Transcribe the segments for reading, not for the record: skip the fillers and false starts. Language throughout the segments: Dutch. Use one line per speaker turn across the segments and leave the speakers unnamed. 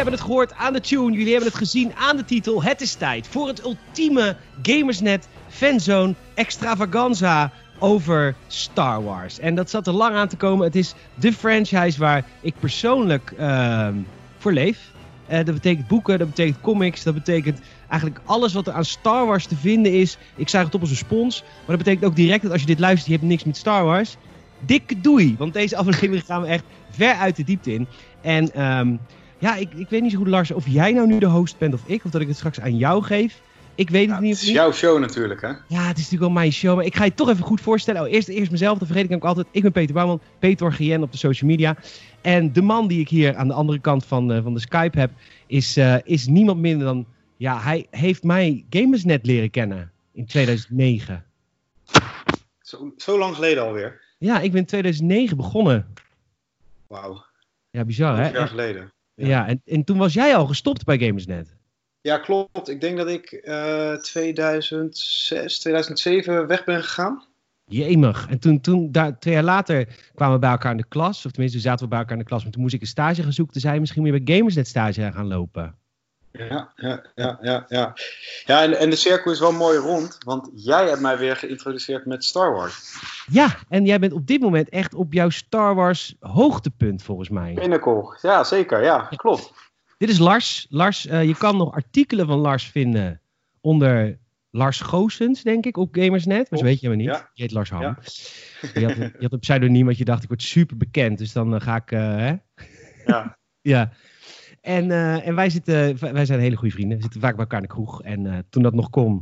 hebben het gehoord aan de tune. Jullie hebben het gezien aan de titel. Het is tijd voor het ultieme Gamersnet fanzone extravaganza over Star Wars. En dat zat er lang aan te komen. Het is de franchise waar ik persoonlijk voor leef. Dat betekent boeken, dat betekent comics, dat betekent eigenlijk alles wat er aan Star Wars te vinden is. Ik zuig het op als een spons. Maar dat betekent ook direct dat als je dit luistert, je hebt niks met Star Wars. Dikke doei, want deze aflevering gaan we echt ver uit de diepte in. En ik weet niet zo goed, Lars, of jij nou nu de host bent of ik, of dat ik het straks aan jou geef. Ik weet het niet.
Het is jouw show natuurlijk, hè?
Ja, het is natuurlijk wel mijn show, maar ik ga je toch even goed voorstellen. Eerst mezelf, dat vergeet ik ook altijd. Ik ben Peter Bouwman, Peter GN op de social media. En de man die ik hier aan de andere kant van de Skype heb, is niemand minder dan... Ja, hij heeft mij Gamersnet leren kennen in 2009.
Zo lang geleden alweer?
Ja, ik ben in 2009 begonnen.
Wauw.
Ja, bizar, hè?
5 jaar geleden.
Ja, en toen was jij al gestopt bij Gamersnet.
Ja, klopt. Ik denk dat ik 2006, 2007 weg ben gegaan.
Jemig. En toen 2 jaar later kwamen we bij elkaar in de klas. Of tenminste, zaten we bij elkaar in de klas. Maar toen moest ik een stage gaan zoeken. Toen zei je, misschien moet je bij Gamersnet stage gaan lopen.
Ja. Ja, en de cirkel is wel mooi rond. Want jij hebt mij weer geïntroduceerd met Star Wars.
Ja, en jij bent op dit moment echt op jouw Star Wars hoogtepunt, volgens mij.
Pinnacle. Ja, zeker. Ja, klopt.
Dit is Lars. Lars, je kan nog artikelen van Lars vinden onder Lars Goossens, denk ik, op Gamersnet. Maar zo weet je hem niet. Ja. Je heet Lars Ham. Ja. Je had een pseudoniem, want je dacht, ik word super bekend. Dus dan ga ik...
Ja.
Ja. En wij zijn hele goede vrienden. We zitten vaak bij elkaar in de kroeg. En toen dat nog kon...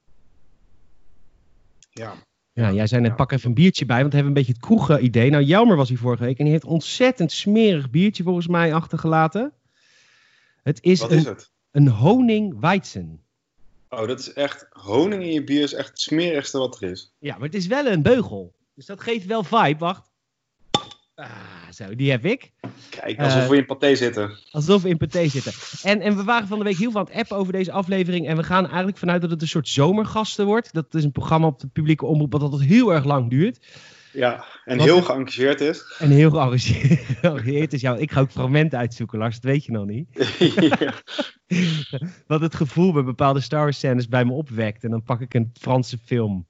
Ja.
Ja, jij zei net, pak even een biertje bij, want we hebben een beetje het kroegen-idee. Nou, Jelmer was hier vorige week en die heeft een ontzettend smerig biertje volgens mij achtergelaten.
Wat is het?
Een honing-weizen.
Oh, dat is echt... Honing in je bier is echt het smerigste wat er is.
Ja, maar het is wel een beugel. Dus dat geeft wel vibe. Wacht. Zo, die heb ik.
Kijk, alsof we in paté zitten.
Alsof we in paté zitten. En we waren van de week heel veel aan het appen over deze aflevering. En we gaan eigenlijk vanuit dat het een soort zomergasten wordt. Dat is een programma op de publieke omroep wat altijd heel erg lang duurt.
Ja, en heel geëngageerd is.
En heel geëngageerd is. Ja, ik ga ook fragmenten uitzoeken, Lars. Dat weet je nog niet.
Ja.
Wat het gevoel bij bepaalde Star Wars scènes bij me opwekt. En dan pak ik een Franse film.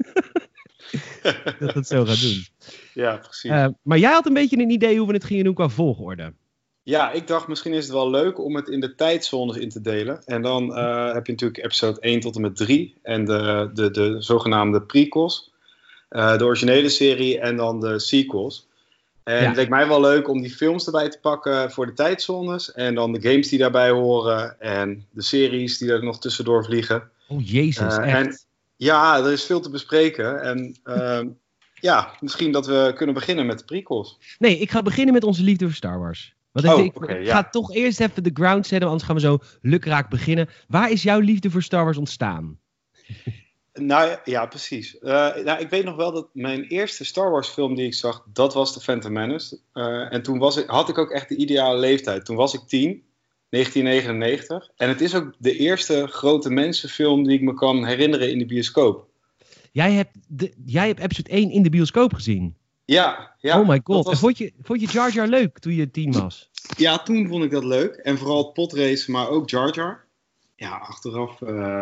Dat het zo gaat doen.
Ja, precies.
Maar jij had een beetje een idee hoe we het gingen doen qua volgorde.
Ja, ik dacht misschien is het wel leuk om het in de tijdzones in te delen. En dan heb je natuurlijk episode 1 tot en met 3. En de zogenaamde prequels. De originele serie en dan de sequels. En het leek mij wel leuk om die films erbij te pakken voor de tijdzones. En dan de games die daarbij horen. En de series die er nog tussendoor vliegen.
Oh jezus, echt?
Ja, er is veel te bespreken. En misschien dat we kunnen beginnen met de prequels.
Nee, ik ga beginnen met onze liefde voor Star Wars. Want ik ga toch eerst even de ground zetten, anders gaan we zo lukraak beginnen. Waar is jouw liefde voor Star Wars ontstaan?
Nou ja, precies. Ik weet nog wel dat mijn eerste Star Wars film die ik zag, dat was The Phantom Menace. En toen had ik ook echt de ideale leeftijd. Toen was ik 10, 1999. En het is ook de eerste grote mensenfilm die ik me kan herinneren in de bioscoop.
Jij hebt episode 1 in de bioscoop gezien?
Ja.
Oh my god. En vond je Jar Jar leuk toen je 10 was?
Ja, toen vond ik dat leuk. En vooral het podrace, maar ook Jar Jar. Ja, achteraf...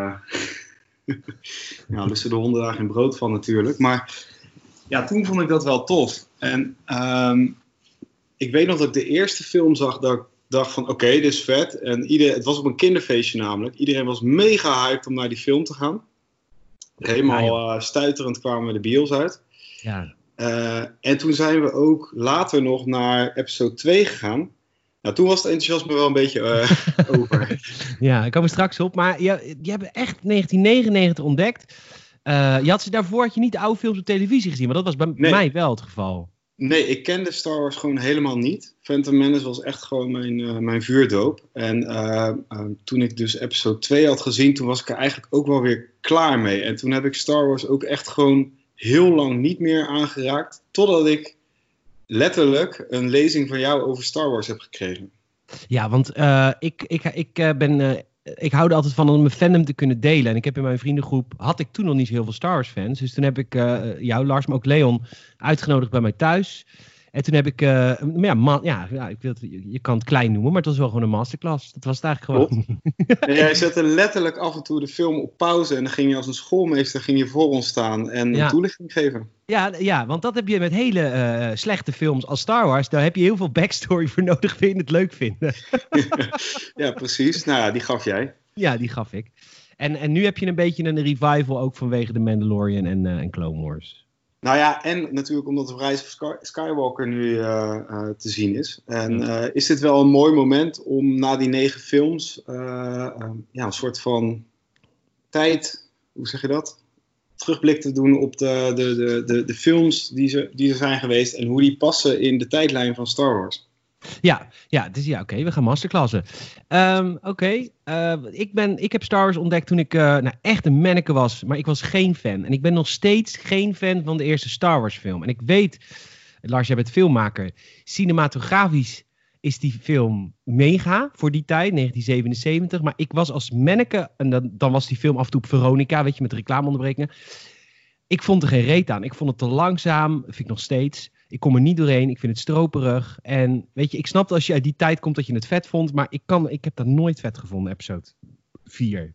lusten de honden daar geen brood van natuurlijk. Maar ja, toen vond ik dat wel tof. En ik weet nog dat ik de eerste film zag dat ik dacht van oké, dit is vet. En het was op een kinderfeestje namelijk. Iedereen was mega hyped om naar die film te gaan. Helemaal stuiterend kwamen we de bios uit.
Ja.
En toen zijn we ook later nog naar episode 2 gegaan. Nou, toen was het enthousiasme wel een beetje over.
Ja, ik kom er straks op. Maar je hebt echt 1999 ontdekt. Daarvoor had je niet de oude films op televisie gezien. Maar dat was bij mij wel het geval.
Nee, ik kende Star Wars gewoon helemaal niet. Phantom Menace was echt gewoon mijn vuurdoop. En toen ik dus episode 2 had gezien, toen was ik er eigenlijk ook wel weer klaar mee. En toen heb ik Star Wars ook echt gewoon heel lang niet meer aangeraakt. Totdat ik letterlijk een lezing van jou over Star Wars heb gekregen. Ja,
want ik hou er altijd van om mijn fandom te kunnen delen. En ik heb in mijn vriendengroep, had ik toen nog niet zo heel veel Star Wars fans. Dus toen heb ik jou, Lars, maar ook Leon, uitgenodigd bij mij thuis. En toen heb ik, je kan het klein noemen, maar het was wel gewoon een masterclass. Dat was het eigenlijk gewoon.
En jij zette letterlijk af en toe de film op pauze en dan ging je als een schoolmeester voor ons staan en een toelichting geven.
Ja, want dat heb je met hele slechte films als Star Wars. Daar heb je heel veel backstory voor nodig, wil je het leuk vinden.
Ja, precies. Nou ja, die gaf jij.
Ja, die gaf ik. En nu heb je een beetje een revival ook vanwege The Mandalorian en Clone Wars.
Nou ja, en natuurlijk omdat de Rise of Skywalker nu te zien is. En is dit wel een mooi moment om na die 9 films een soort van tijd, hoe zeg je dat? Terugblik te doen op de films die er zijn geweest en hoe die passen in de tijdlijn van Star Wars.
Oké, we gaan masterklassen. Ik heb Star Wars ontdekt toen ik echt een manneke was, maar ik was geen fan. En ik ben nog steeds geen fan van de eerste Star Wars film. En ik weet, Lars, jij bent filmmaker, cinematografisch is die film mega voor die tijd, 1977. Maar ik was als manneke, en dan was die film af en toe op Veronica, weet je, met reclameonderbrekingen. Ik vond er geen reet aan. Ik vond het te langzaam, vind ik nog steeds. Ik kom er niet doorheen, ik vind het stroperig. En weet je, ik snap als je uit die tijd komt dat je het vet vond, maar ik heb dat nooit vet gevonden, episode 4.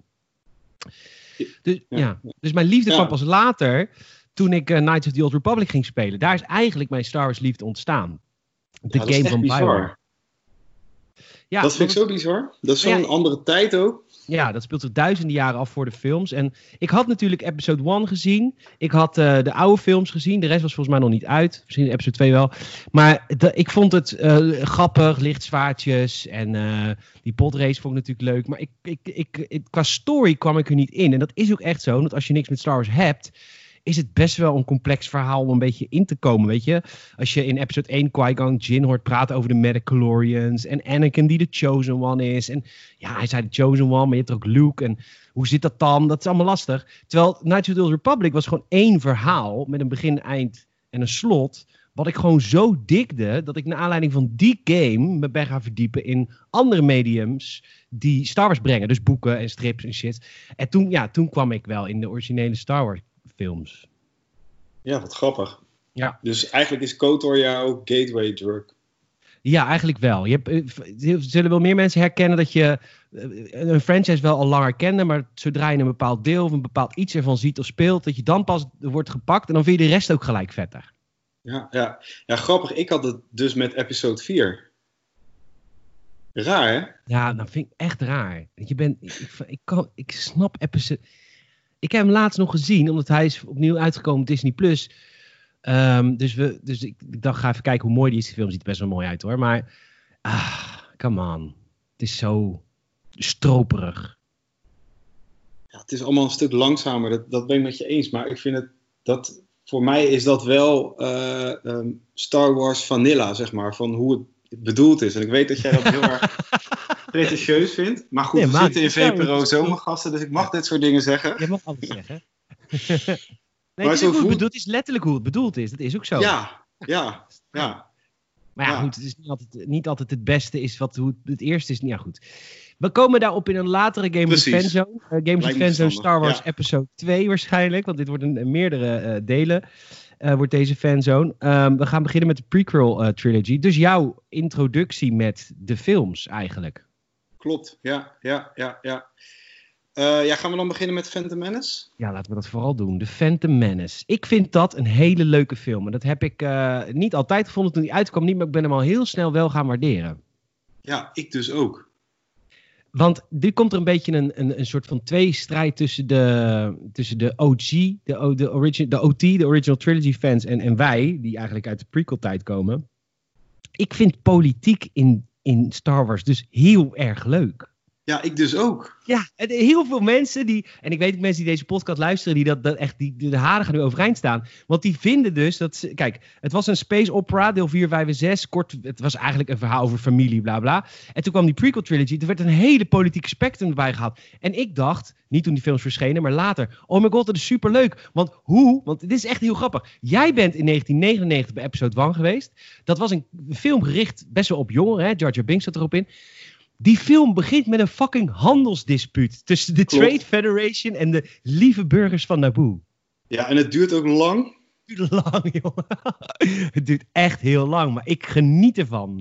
Dus mijn liefde kwam pas later, toen ik Knights of the Old Republic ging spelen. Daar is eigenlijk mijn Star Wars liefde ontstaan. De game van BioWare.
Ja, dat vind ik zo bizar. Dat is zo'n andere tijd ook.
Ja, dat speelt zich duizenden jaren af voor de films. En ik had natuurlijk episode 1 gezien. Ik had de oude films gezien. De rest was volgens mij nog niet uit. Misschien episode 2 wel. Maar ik vond het grappig. Lichtzwaardjes. En die podrace vond ik natuurlijk leuk. Maar qua story kwam ik er niet in. En dat is ook echt zo. Want als je niks met Star Wars hebt, is het best wel een complex verhaal om een beetje in te komen, weet je. Als je in episode 1 Qui-Gon Jinn hoort praten over de Midichlorians en Anakin die de Chosen One is. En ja, hij zei de Chosen One, maar je hebt er ook Luke. En hoe zit dat dan? Dat is allemaal lastig. Terwijl Knights of the Old Republic was gewoon één verhaal met een begin, eind en een slot. Wat ik gewoon zo dikte, dat ik naar aanleiding van die game me ben gaan verdiepen in andere mediums die Star Wars brengen. Dus boeken en strips en shit. En toen kwam ik wel in de originele Star Wars films.
Ja, wat grappig.
Ja.
Dus eigenlijk is KOTOR jouw gateway drug.
Ja, eigenlijk wel. Zullen wel meer mensen herkennen dat je een franchise wel al langer kende, maar zodra je een bepaald deel of een bepaald iets ervan ziet of speelt, dat je dan pas wordt gepakt en dan vind je de rest ook gelijk vetter.
Ja, grappig. Ik had het dus met episode 4. Raar, hè?
Ja, dat vind ik echt raar. Ik snap episode. Ik heb hem laatst nog gezien, omdat hij is opnieuw uitgekomen op Disney+. Dus ik dacht, ga even kijken hoe mooi die is. Die film ziet er best wel mooi uit, hoor. Maar, come on. Het is zo stroperig.
Ja, het is allemaal een stuk langzamer. Dat ben ik met je eens. Maar ik vind dat voor mij is dat wel Star Wars vanilla, zeg maar. Van hoe het bedoeld is. En ik weet dat jij dat heel erg pretentieus vindt. Maar goed, we zitten in VPRO zomergasten, dus ik mag dit soort dingen zeggen.
Je mag alles zeggen. Nee, maar het is letterlijk hoe het bedoeld is. Dat is ook zo.
Ja.
Maar ja, goed, het is niet altijd het beste is hoe het eerste is. Ja, goed. We komen daarop in een latere Games of Fanzone. Games of Fanzone Star Wars episode 2 waarschijnlijk. Want dit worden meerdere delen. Wordt deze fanzone. We gaan beginnen met de prequel trilogy. Dus jouw introductie met de films eigenlijk.
Klopt, ja. Gaan we dan beginnen met Phantom Menace?
Ja, laten we dat vooral doen. De Phantom Menace. Ik vind dat een hele leuke film. En dat heb ik niet altijd gevonden toen die uitkwam. Niet, maar ik ben hem al heel snel wel gaan waarderen.
Ja, ik dus ook.
Want nu komt er een beetje een soort van tweestrijd tussen de OG, de OT, de Original Trilogy fans en wij, die eigenlijk uit de prequel tijd komen. Ik vind politiek in Star Wars dus heel erg leuk.
Ja, ik dus ook.
Ja, en heel veel mensen en ik weet ook mensen die deze podcast luisteren, die dat echt, die de haren gaan nu overeind staan. Want die vinden dus kijk, het was een space opera, deel 4, 5 en 6. Kort, het was eigenlijk een verhaal over familie, bla bla. En toen kwam die prequel trilogy, er werd een hele politieke spectrum erbij gehad. En ik dacht, niet toen die films verschenen, maar later, oh my god, dat is superleuk. Want dit is echt heel grappig. Jij bent in 1999 bij episode 1 geweest. Dat was een film gericht best wel op jongeren, hè? Jar Jar Binks zat erop in. Die film begint met een fucking handelsdispuut tussen de Trade Federation en de lieve burgers van Naboo.
Ja, en het duurt ook lang.
duurt lang, jongen. Het duurt echt heel lang, maar ik geniet ervan.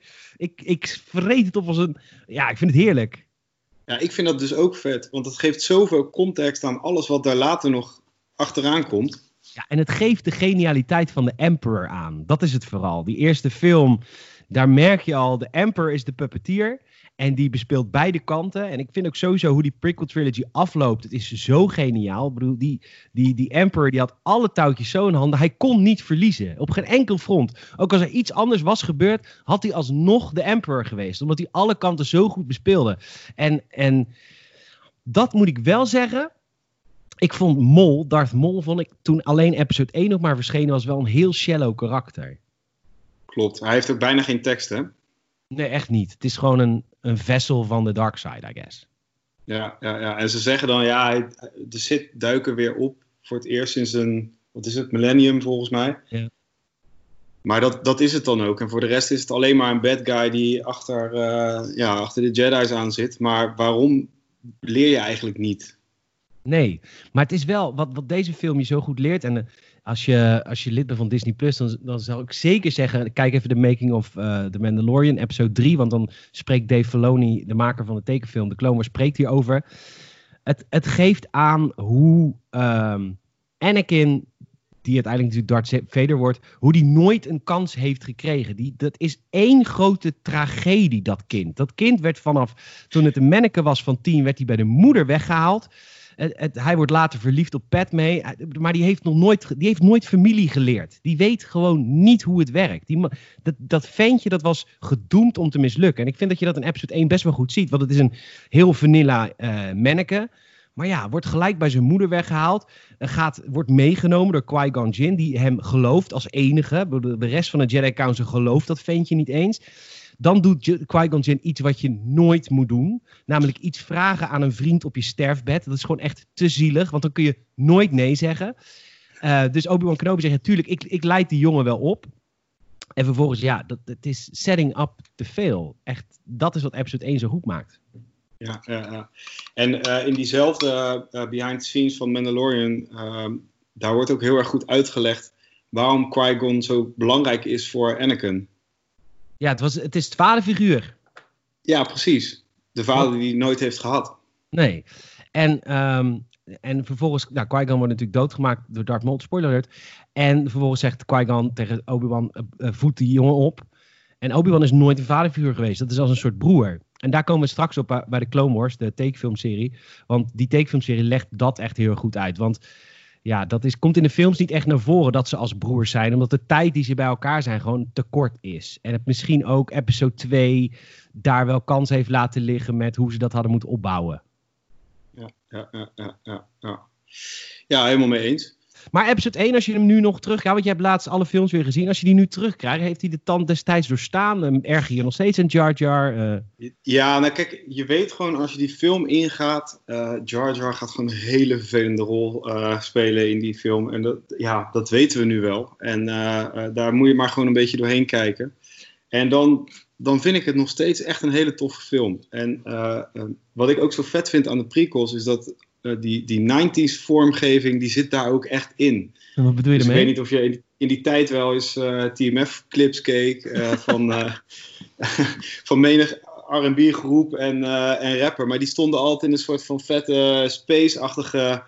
Ik vreet het op als een... Ja, ik vind het heerlijk.
Ja, ik vind dat dus ook vet, want het geeft zoveel context aan alles wat daar later nog achteraan komt.
Ja, en het geeft de genialiteit van de Emperor aan. Dat is het vooral. Die eerste film, daar merk je al, de Emperor is de puppeteer. En die bespeelt beide kanten. En ik vind ook sowieso hoe die prequel trilogy afloopt. Het is zo geniaal. Ik bedoel, die Emperor die had alle touwtjes zo in handen. Hij kon niet verliezen. Op geen enkel front. Ook als er iets anders was gebeurd, had hij alsnog de Emperor geweest. Omdat hij alle kanten zo goed bespeelde. En dat moet ik wel zeggen. Ik vond Darth Maul, vond ik toen alleen episode 1 nog maar verschenen was, wel een heel shallow karakter.
Klopt. Hij heeft ook bijna geen tekst, hè?
Nee, echt niet. Het is gewoon een vessel van de dark side, I guess.
Ja. En ze zeggen dan, de Sith duiken weer op voor het eerst sinds millennium volgens mij.
Ja.
Maar dat is het dan ook. En voor de rest is het alleen maar een bad guy die achter de Jedi's aan zit. Maar waarom leer je eigenlijk niet?
Nee, maar het is wel wat deze film je zo goed leert. En als je lid bent van Disney Plus, dan zou ik zeker zeggen, kijk even de making of The Mandalorian, episode 3. Want dan spreekt Dave Filoni, de maker van de tekenfilm, de Clone Wars, spreekt hierover. Het geeft aan hoe Anakin, die uiteindelijk natuurlijk Darth Vader wordt, hoe die nooit een kans heeft gekregen. Dat is één grote tragedie, dat kind. Dat kind werd vanaf, toen het een manneke was van 10, werd hij bij de moeder weggehaald. Hij wordt later verliefd op Padmé, maar die heeft nooit familie geleerd. Die weet gewoon niet hoe het werkt. Dat ventje, dat was gedoemd om te mislukken. En ik vind dat je dat in episode 1 best wel goed ziet, want het is een heel vanilla manneke. Maar ja, wordt gelijk bij zijn moeder weggehaald. Wordt meegenomen door Qui-Gon Jinn, die hem gelooft als enige. De rest van de Jedi Council gelooft dat ventje niet eens. Dan doet Qui-Gon Jinn iets wat je nooit moet doen. Namelijk iets vragen aan een vriend op je sterfbed. Dat is gewoon echt te zielig, want dan kun je nooit nee zeggen. Dus Obi-Wan Kenobi zegt, natuurlijk, ik leid die jongen wel op. En vervolgens, het is setting up te veel. Echt, dat is wat episode 1 zo goed maakt.
Ja. En in diezelfde behind the scenes van Mandalorian, daar wordt ook heel erg goed uitgelegd waarom Qui-Gon zo belangrijk is voor Anakin.
Ja, het is het vaderfiguur.
Ja, precies. De vader die hij nooit heeft gehad.
Nee. En vervolgens, Qui-Gon wordt natuurlijk doodgemaakt door Darth Maul, spoiler alert. En vervolgens zegt Qui-Gon tegen Obi-Wan, voed die jongen op. En Obi-Wan is nooit een vaderfiguur geweest. Dat is als een soort broer. En daar komen we straks op bij de Clone Wars, de tekenfilmserie. Want die tekenfilmserie legt dat echt heel goed uit. Want ja, komt in de films niet echt naar voren dat ze als broers zijn. Omdat de tijd die ze bij elkaar zijn gewoon te kort is. En het misschien ook episode 2 daar wel kans heeft laten liggen met hoe ze dat hadden moeten opbouwen.
Ja, helemaal mee eens.
Maar episode 1, als je hem nu nog terugkrijgt, want je hebt laatst alle films weer gezien. Als je die nu terugkrijgt, heeft hij de tand destijds doorstaan? Erger je nog steeds een Jar Jar?
Ja, nou kijk, je weet gewoon als je die film ingaat, Jar Jar gaat gewoon een hele vervelende rol spelen in die film. En dat weten we nu wel. En daar moet je maar gewoon een beetje doorheen kijken. En dan vind ik het nog steeds echt een hele toffe film. En wat ik ook zo vet vind aan de prequels is dat die 90s vormgeving, die zit daar ook echt in.
En wat bedoel je ermee?
Ik weet niet of je in die tijd wel eens TMF clips keek van menig R&B groep en rapper. Maar die stonden altijd in een soort van vette space-achtige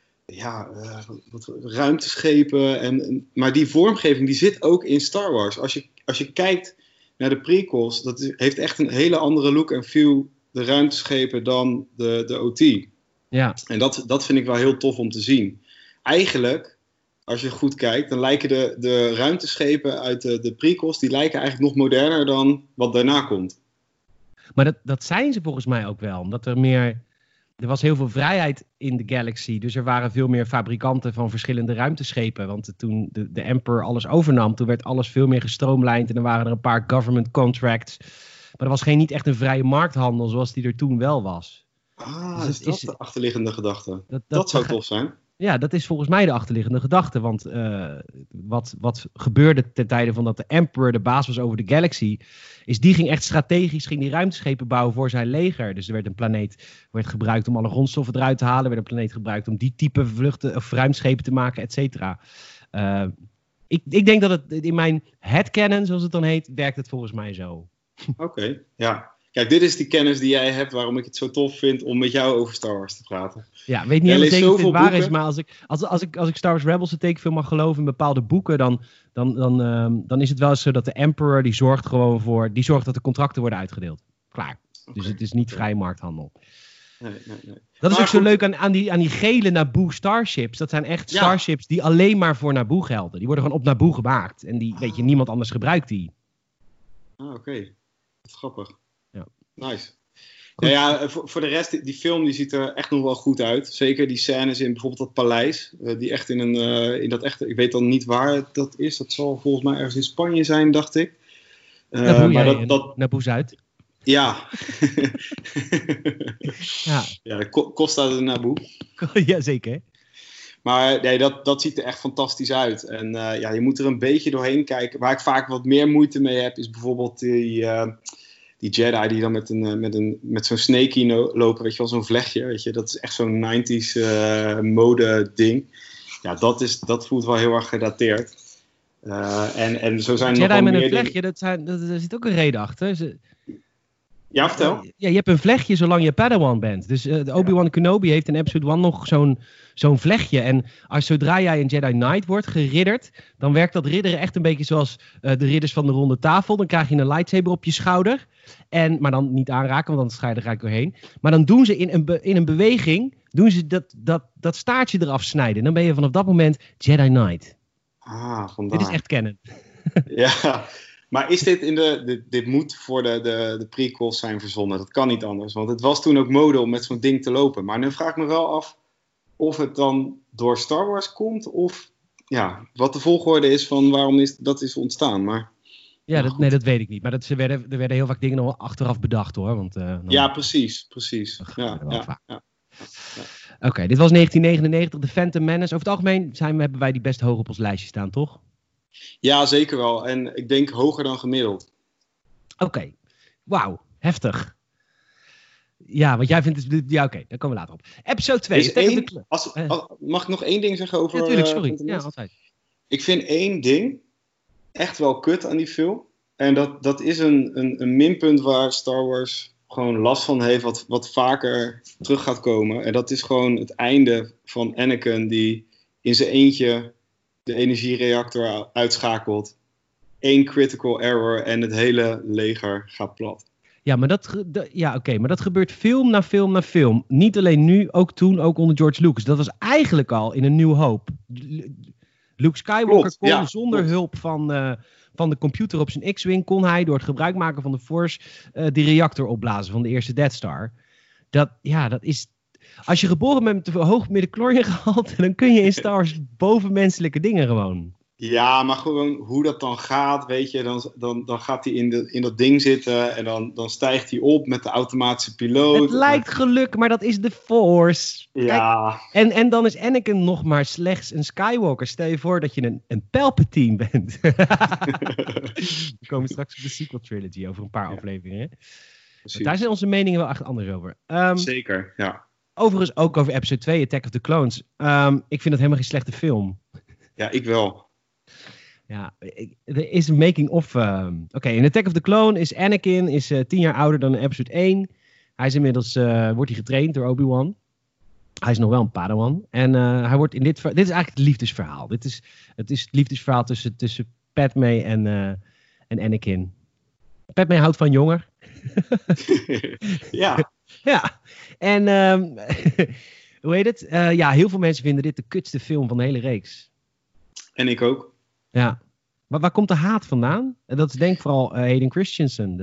ruimteschepen. Maar die vormgeving die zit ook in Star Wars. Als je kijkt naar de prequels, dat heeft echt een hele andere look en feel, de ruimteschepen, dan de OT.
Ja.
En dat vind ik wel heel tof om te zien. Eigenlijk, als je goed kijkt, dan lijken de ruimteschepen uit de prequels, die lijken eigenlijk nog moderner dan wat daarna komt.
Maar dat zijn ze volgens mij ook wel. Omdat er was heel veel vrijheid in de galaxy. Dus er waren veel meer fabrikanten van verschillende ruimteschepen. Want toen de Emperor alles overnam, toen werd alles veel meer gestroomlijnd. En er waren er een paar government contracts. Maar er was niet echt een vrije markthandel zoals die er toen wel was.
Dus is dat de achterliggende gedachte? Dat zou tof zijn.
Ja, dat is volgens mij de achterliggende gedachte. Want wat gebeurde ten tijde van dat de Emperor de baas was over de galaxy, is die ging echt strategisch die ruimteschepen bouwen voor zijn leger. Dus er werd een planeet gebruikt om alle grondstoffen eruit te halen. Er werd een planeet gebruikt om die type vluchten of ruimteschepen te maken, et cetera. Ik denk dat het in mijn headcanon, zoals het dan heet, werkt het volgens mij zo.
Oké, ja. Kijk, dit is die kennis die jij hebt, waarom ik het zo tof vind om met jou over Star Wars te praten.
Ja, weet niet helemaal zeker of dit waar is, maar als ik Star Wars Rebels de tekenfilm mag geloven in bepaalde boeken, dan is het wel eens zo dat de Emperor, die zorgt dat de contracten worden uitgedeeld. Klaar. Okay. Dus het is niet vrije markthandel. Nee. Dat is ook zo leuk aan die gele Naboo Starships. Dat zijn echt Starships die alleen maar voor Naboo gelden. Die worden gewoon op Naboo gemaakt. En niemand anders gebruikt die.
Oké. Wat grappig.
Ja.
Nice. Ja, voor de rest, die film die ziet er echt nog wel goed uit. Zeker die scènes in bijvoorbeeld dat paleis. Die echt in dat echte... Ik weet dan niet waar dat is. Dat zal volgens mij ergens in Spanje zijn, dacht ik.
Naboo Zuid.
Ja. Ja, Costa de Naboo.
Ja, zeker.
Maar nee, dat ziet er echt fantastisch uit. En je moet er een beetje doorheen kijken. Waar ik vaak wat meer moeite mee heb, is bijvoorbeeld die Jedi die dan met zo'n snaky lopen, weet je wel, zo'n vlechtje, weet je. Dat is echt zo'n 90s mode ding. Ja, dat voelt wel heel erg gedateerd. En zo zijn
Jedi
nog
met
meer
een vlechtje, daar zit ook een reden achter.
Ja, vertel.
Ja, je hebt een vlechtje zolang je Padawan bent. Dus Obi-Wan Kenobi heeft in episode 1 nog zo'n vlechtje. En zodra jij een Jedi Knight wordt, geridderd, dan werkt dat ridderen echt een beetje zoals de ridders van de ronde tafel. Dan krijg je een lightsaber op je schouder. Maar dan niet aanraken, want dan ga je er gelijk doorheen. Maar dan doen ze in een beweging, doen ze dat staartje eraf snijden. En dan ben je vanaf dat moment Jedi Knight.
Vandaar.
Dit is echt canon.
Ja. Maar is dit dit moet voor de prequels zijn verzonnen? Dat kan niet anders. Want het was toen ook mode om met zo'n ding te lopen. Maar nu vraag ik me wel af of het dan door Star Wars komt. Of wat de volgorde is van waarom dat is ontstaan. Maar,
dat weet ik niet. Maar er werden heel vaak dingen nog achteraf bedacht hoor. Want,
precies.
Oké, dit was 1999, The Phantom Menace. Over het algemeen hebben wij die best hoog op ons lijstje staan, toch?
Ja, zeker wel. En ik denk hoger dan gemiddeld.
Oké. Wauw, heftig. Ja, want jij vindt het... Ja, oké, daar komen we later op. Episode 2.
Mag ik nog één ding zeggen over...
Natuurlijk, sorry. Ja, altijd.
Ik vind één ding echt wel kut aan die film. En dat is een minpunt waar Star Wars gewoon last van heeft, wat vaker terug gaat komen. En dat is gewoon het einde van Anakin die in zijn eentje de energiereactor uitschakelt. 1 critical error en het hele leger gaat plat.
Ja, maar dat gebeurt film na film na film. Niet alleen nu, ook toen, ook onder George Lucas. Dat was eigenlijk al in een New Hope. Luke Skywalker kon zonder hulp van de computer op zijn X-Wing, kon hij door het gebruik maken van de Force die reactor opblazen van de eerste Death Star. Dat is... Als je geboren bent met een hoog middenchlorium gehalte, dan kun je in Star Wars bovenmenselijke dingen gewoon.
Ja, maar gewoon hoe dat dan gaat, weet je, dan gaat hij in dat ding zitten en dan stijgt hij op met de automatische piloot.
Het lijkt geluk, maar dat is de Force.
Ja.
Kijk, en dan is Anakin nog maar slechts een Skywalker. Stel je voor dat je een Palpatine bent. We komen straks op de sequel trilogy over een paar afleveringen. Daar zijn onze meningen wel echt anders over.
Zeker, ja.
Overigens ook over episode 2, Attack of the Clones. Ik vind het helemaal geen slechte film.
Ja, ik wel.
Ja, er is een making-of. Oké, in Attack of the Clone is Anakin 10 jaar ouder dan in episode 1. Hij is inmiddels, wordt hij getraind door Obi-Wan. Hij is nog wel een Padawan. En hij wordt in dit is eigenlijk het liefdesverhaal. Het is het liefdesverhaal tussen Padmé en Anakin. Padmé houdt van jonger.
Ja.
Ja. En hoe heet het? Heel veel mensen vinden dit de kutste film van de hele reeks.
En ik ook.
Ja. Maar waar komt de haat vandaan? En dat is denk ik vooral Hayden Christensen.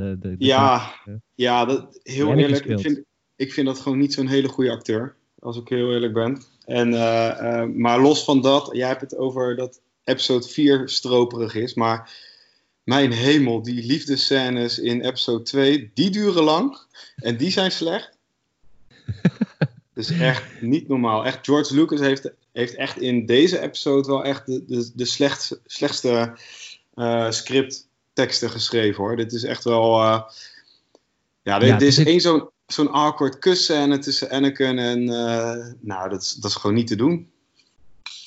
Heel eerlijk. Ik vind dat gewoon niet zo'n hele goede acteur. Als ik heel eerlijk ben. En, maar los van dat, jij hebt het over dat episode 4 stroperig is. Maar mijn hemel, die liefdescènes in episode 2, die duren lang. En die zijn slecht. Dat is echt niet normaal. Echt, George Lucas heeft echt in deze episode wel echt de slechtste scriptteksten geschreven, hoor. Dit is echt wel... dit is één zo'n awkward kusscène tussen Anakin en... dat is gewoon niet te doen.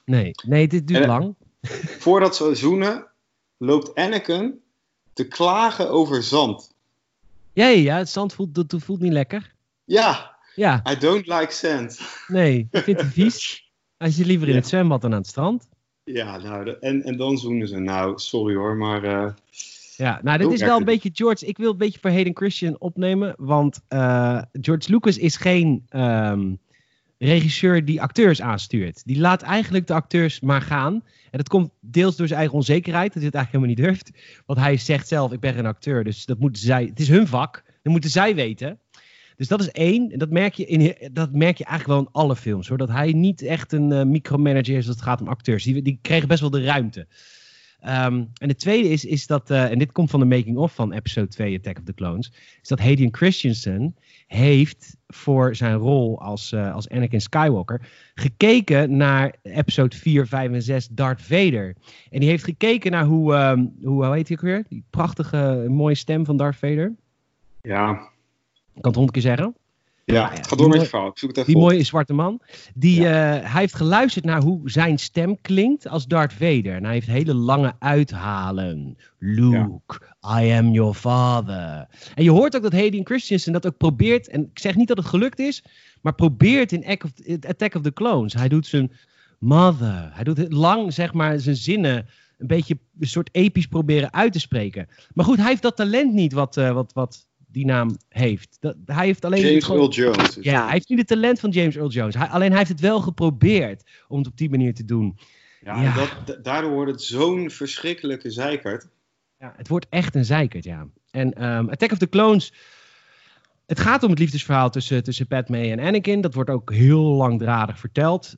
Nee, dit duurt lang.
Voordat ze zoenen, loopt Anakin te klagen over zand.
Ja, het zand voelt niet lekker.
Ja,
Ja.
I don't like sand.
Nee, ik vind het vies. Als je liever in het zwembad dan aan het strand.
Ja, nou, en dan zoenen ze. Nou, sorry hoor, maar...
Ja, nou, dit is wel een beetje George. Ik wil een beetje voor Hayden Christensen opnemen. Want George Lucas is geen regisseur die acteurs aanstuurt. Die laat eigenlijk de acteurs maar gaan. En dat komt deels door zijn eigen onzekerheid. Dat hij het eigenlijk helemaal niet durft. Want hij zegt zelf, ik ben geen acteur. Dus dat moeten zij... Het is hun vak. Dat moeten zij weten. Dus dat is één. En dat merk je eigenlijk wel in alle films, hoor. Dat hij niet echt een micromanager is als het gaat om acteurs. Die kregen best wel de ruimte. En de tweede is dat, en dit komt van de making-of van episode 2 Attack of the Clones, is dat Hayden Christensen heeft voor zijn rol als Anakin Skywalker gekeken naar episode 4, 5 en 6 Darth Vader. En die heeft gekeken naar hoe heet hij ook weer? Die prachtige, mooie stem van Darth Vader.
Ja.
Ik kan het 100 keer zeggen.
Ja, ga door met je verhaal. Ik zoek het even
die
op.
mooie zwarte man. Hij heeft geluisterd naar hoe zijn stem klinkt als Darth Vader. En hij heeft hele lange uithalen. Luke, I am your father. En je hoort ook dat Hayden Christensen dat ook probeert. En ik zeg niet dat het gelukt is. Maar probeert in Attack of the Clones. Hij doet zijn mother. Hij doet het lang, zeg maar, zijn zinnen een beetje een soort episch proberen uit te spreken. Maar goed, hij heeft dat talent niet wat die naam heeft. Hij heeft alleen
James Earl Jones.
Ja, hij heeft niet het talent van James Earl Jones. Alleen hij heeft het wel geprobeerd om het op die manier te doen.
Ja. Daardoor wordt het zo'n verschrikkelijke zeikert.
Ja, het wordt echt een zeikert, ja. En Attack of the Clones, het gaat om het liefdesverhaal tussen Padmé en Anakin. Dat wordt ook heel langdradig verteld.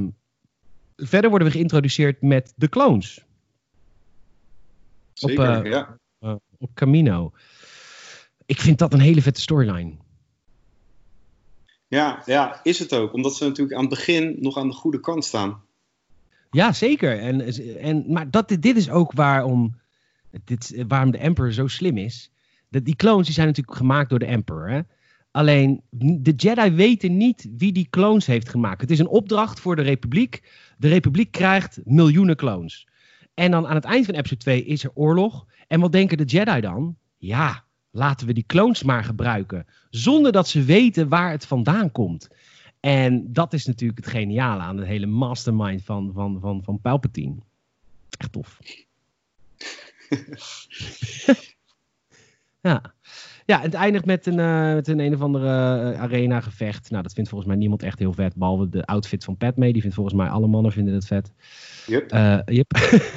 Verder worden we geïntroduceerd met de clones.
Zeker,
op Camino. Ik vind dat een hele vette storyline.
Ja, is het ook. Omdat ze natuurlijk aan het begin nog aan de goede kant staan.
Ja, zeker. Maar dit is ook waarom de Emperor zo slim is. Die clones die zijn natuurlijk gemaakt door de Emperor. Hè? Alleen, de Jedi weten niet wie die clones heeft gemaakt. Het is een opdracht voor de Republiek. De Republiek krijgt miljoenen clones. En dan aan het eind van episode 2 is er oorlog. En wat denken de Jedi dan? Ja, laten we die clones maar gebruiken. Zonder dat ze weten waar het vandaan komt. En dat is natuurlijk het geniale aan de hele mastermind van Palpatine. Echt tof. Ja, het eindigt met een of andere arena gevecht. Nou, dat vindt volgens mij niemand echt heel vet. Behalve de outfit van Padmé. Die vindt volgens mij alle mannen vinden het vet. Yep.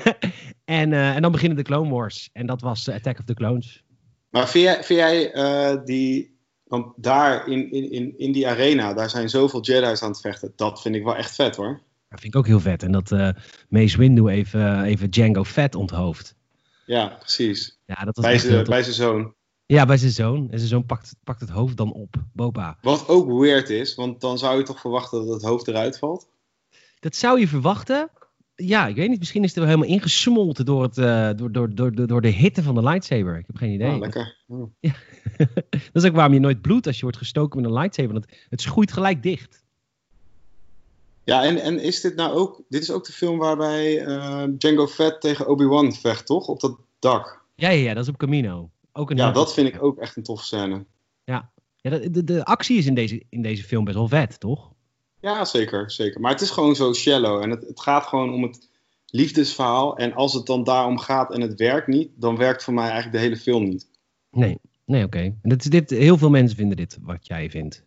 En dan beginnen de Clone Wars. En dat was Attack of the Clones.
Maar vind jij want daar in die arena, daar zijn zoveel Jedi's aan het vechten. Dat vind ik wel echt vet, hoor.
Dat vind ik ook heel vet. En dat Mace Windu even Jango Fett onthoofd.
Ja, precies.
Ja, dat was
bij zijn zoon.
Ja, bij zijn zoon. En zijn zoon pakt het hoofd dan op. Boba.
Wat ook weird is, want dan zou je toch verwachten dat het hoofd eruit valt? Dat
zou je verwachten. Ja, ik weet niet. Misschien is het wel helemaal ingesmolten door de hitte van de lightsaber. Ik heb geen idee.
Lekker.
Ja. Dat is ook waarom je nooit bloedt als je wordt gestoken met een lightsaber. Want het schroeit gelijk dicht.
Ja, en is dit nou ook... Dit is ook de film waarbij Jango Fett tegen Obi-Wan vecht, toch? Op dat dak.
Ja, dat is op Camino.
Dat vind ik ook echt een toffe scène.
Ja, de actie is in deze film best wel vet, toch?
Ja, zeker. Maar het is gewoon zo shallow. En het gaat gewoon om het liefdesverhaal. En als het dan daarom gaat en het werkt niet, dan werkt voor mij eigenlijk de hele film niet.
Nee, oké. Heel veel mensen vinden dit wat jij vindt.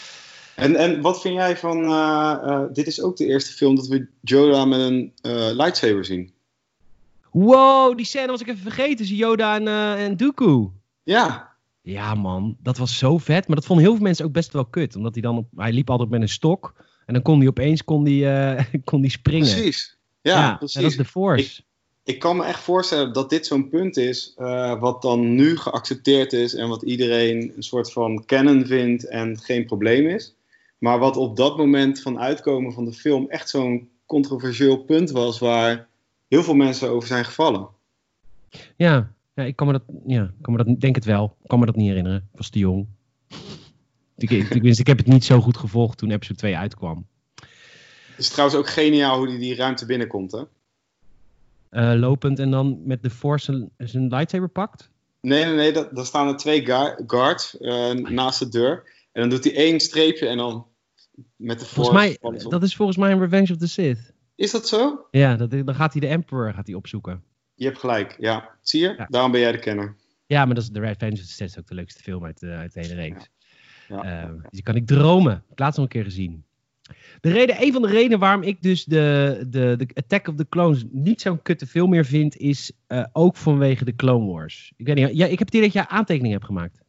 En wat vind jij van... dit is ook de eerste film dat we Yoda met een lightsaber zien.
Wow, die scène was ik even vergeten tussen Yoda en Dooku.
Ja.
Ja, man. Dat was zo vet. Maar dat vonden heel veel mensen ook best wel kut. Omdat hij liep altijd met een stok. En dan kon hij opeens kon die springen.
Precies. Ja, precies.
Dat is de Force.
Ik kan me echt voorstellen dat dit zo'n punt is wat dan nu geaccepteerd is en wat iedereen een soort van canon vindt en geen probleem is. Maar wat op dat moment van uitkomen van de film echt zo'n controversieel punt was waar heel veel mensen over zijn gevallen.
Ja, ik kan me dat denk het wel. Ik kan me dat niet herinneren. Ik was te jong. Ik heb het niet zo goed gevolgd toen episode 2 uitkwam.
Het is trouwens ook geniaal hoe hij die ruimte binnenkomt, hè?
Lopend en dan met de Force zijn lightsaber pakt?
Nee, daar staan er 2 guards naast de deur. En dan doet hij 1 streepje en dan met de Force...
Dat is volgens mij een Revenge of the Sith.
Is dat zo?
Ja, dan gaat hij de Emperor opzoeken.
Je hebt gelijk, ja. Zie je?
Ja.
Daarom ben jij de kenner.
Ja, maar dat is de Revenge of the Sith is ook de leukste film uit de hele reeks.
Ja.
Dus die kan ik dromen. Ik heb het laatst nog een keer gezien. Een van de redenen waarom ik dus de Attack of the Clones niet zo'n kutte film meer vind, is ook vanwege de Clone Wars. Ik weet niet, ik heb het idee dat jij aantekeningen hebt gemaakt.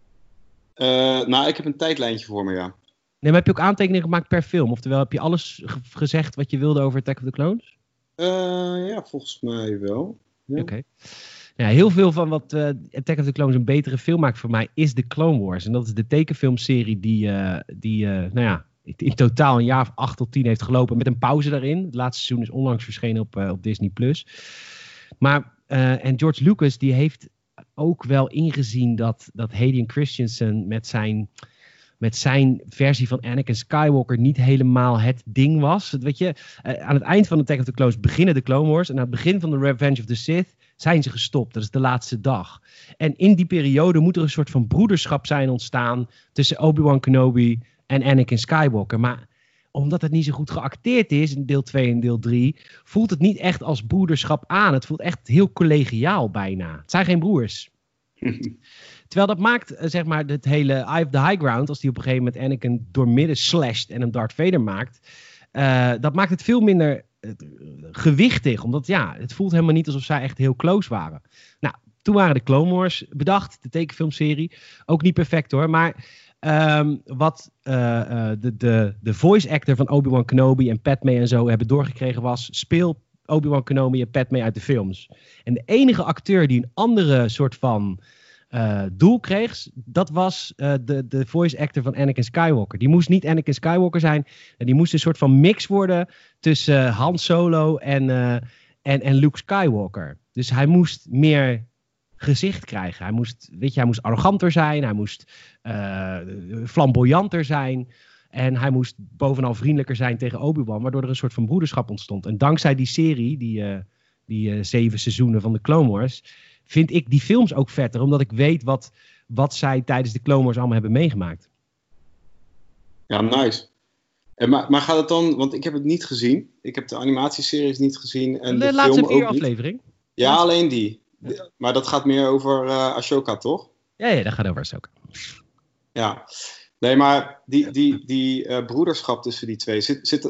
Ik heb een tijdlijntje voor me, ja.
Nee, maar heb je ook aantekeningen gemaakt per film? Oftewel, heb je alles gezegd wat je wilde over Attack of the Clones?
Ja, volgens mij wel. Ja.
Oké. Ja, heel veel van wat Attack of the Clones een betere film maakt voor mij is de Clone Wars. En dat is de tekenfilmserie die in totaal een jaar of 8 tot 10 heeft gelopen. Met een pauze daarin. Het laatste seizoen is onlangs verschenen op Disney+. Maar en George Lucas die heeft ook wel ingezien dat Hayden Christensen met zijn versie van Anakin Skywalker niet helemaal het ding was. Weet je, aan het eind van Attack of the Clones beginnen de Clone Wars. En aan het begin van de Revenge of the Sith zijn ze gestopt. Dat is de laatste dag. En in die periode moet er een soort van broederschap zijn ontstaan tussen Obi-Wan Kenobi en Anakin Skywalker. Maar omdat het niet zo goed geacteerd is in deel 2 en deel 3, voelt het niet echt als broederschap aan. Het voelt echt heel collegiaal bijna. Het zijn geen broers. Terwijl dat maakt, zeg maar, het hele Eye of the High Ground, als die op een gegeven moment Anakin doormidden slasht en hem Darth Vader maakt, dat maakt het veel minder gewichtig. Omdat het voelt helemaal niet alsof zij echt heel close waren. Nou, toen waren de Clone Wars bedacht, de tekenfilmserie. Ook niet perfect hoor, maar wat de voice actor van Obi-Wan Kenobi en Padme en zo hebben doorgekregen was, speel Obi-Wan Kenobi en Padme uit de films. En de enige acteur die een andere soort van doel kreeg, dat was de voice actor van Anakin Skywalker. Die moest niet Anakin Skywalker zijn. Die moest een soort van mix worden tussen Han Solo en Luke Skywalker. Dus hij moest meer gezicht krijgen. Hij moest arroganter zijn. Hij moest flamboyanter zijn. En hij moest bovenal vriendelijker zijn tegen Obi-Wan, waardoor er een soort van broederschap ontstond. En dankzij die serie, die 7 seizoenen van de Clone Wars, vind ik die films ook vetter, omdat ik weet wat zij tijdens de Clone Wars allemaal hebben meegemaakt.
Ja, nice. Maar gaat het dan, want ik heb het niet gezien. Ik heb de animatieseries niet gezien. En de
laatste
film
4
ook
aflevering.
Niet. Ja, alleen die. Maar dat gaat meer over Ahsoka, toch?
Ja, dat gaat over Ahsoka.
Ja. Nee, maar die broederschap tussen die twee,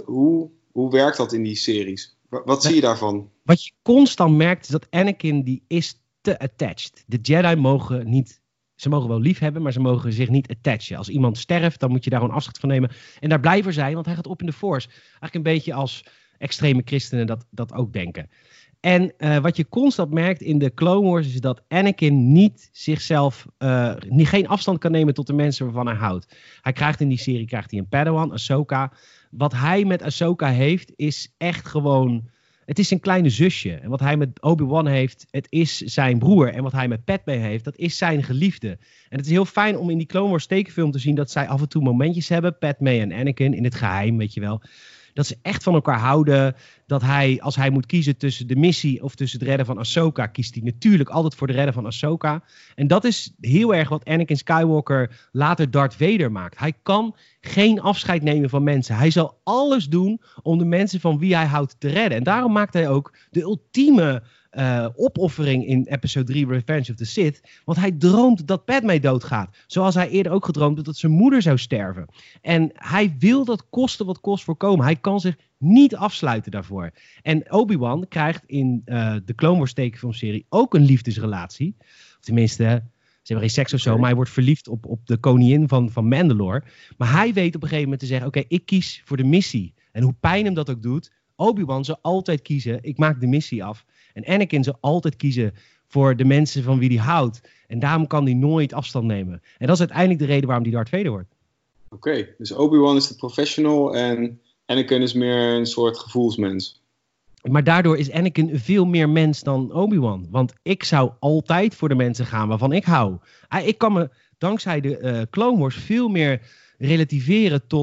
hoe werkt dat in die series? Wat zie je daarvan?
Wat je constant merkt is dat Anakin die is te attached. De Jedi mogen niet, ze mogen wel lief hebben, maar ze mogen zich niet attachen. Als iemand sterft, dan moet je daar gewoon afscheid van nemen en daar blijven zijn, want hij gaat op in de Force. Eigenlijk een beetje als extreme christenen dat ook denken. En wat je constant merkt in de Clone Wars is dat Anakin niet zichzelf, geen afstand kan nemen tot de mensen waarvan hij houdt. Hij krijgt in die serie een Padawan, Ahsoka. Wat hij met Ahsoka heeft is echt gewoon, het is zijn kleine zusje. En wat hij met Obi-Wan heeft, het is zijn broer. En wat hij met Padme heeft, dat is zijn geliefde. En het is heel fijn om in die Clone Wars tekenfilm te zien dat zij af en toe momentjes hebben, Padme en Anakin, in het geheim, weet je wel. Dat ze echt van elkaar houden. Dat hij, als hij moet kiezen tussen de missie of tussen het redden van Ahsoka, kiest hij natuurlijk altijd voor de redden van Ahsoka. En dat is heel erg wat Anakin Skywalker later Darth Vader maakt. Hij kan geen afscheid nemen van mensen. Hij zal alles doen om de mensen van wie hij houdt te redden. En daarom maakt hij ook de ultieme opoffering in episode 3 Revenge of the Sith. Want hij droomt dat Padme doodgaat. Zoals hij eerder ook gedroomd had dat zijn moeder zou sterven. En hij wil dat koste wat kost voorkomen. Hij kan zich niet afsluiten daarvoor. En Obi-Wan krijgt in de Clone Wars tekenfilmserie ook een liefdesrelatie. Of tenminste, ze hebben geen seks of zo, maar hij wordt verliefd op de koningin van Mandalore. Maar hij weet op een gegeven moment te zeggen, oké, ik kies voor de missie. En hoe pijn hem dat ook doet, Obi-Wan zal altijd kiezen, ik maak de missie af. En Anakin zal altijd kiezen voor de mensen van wie hij houdt. En daarom kan hij nooit afstand nemen. En dat is uiteindelijk de reden waarom hij Darth Vader wordt.
Oké, dus Obi-Wan is de professional en Anakin is meer een soort gevoelsmens.
Maar daardoor is Anakin veel meer mens dan Obi-Wan. Want ik zou altijd voor de mensen gaan waarvan ik hou. Ik kan me dankzij de Clone Wars veel meer relativeren tot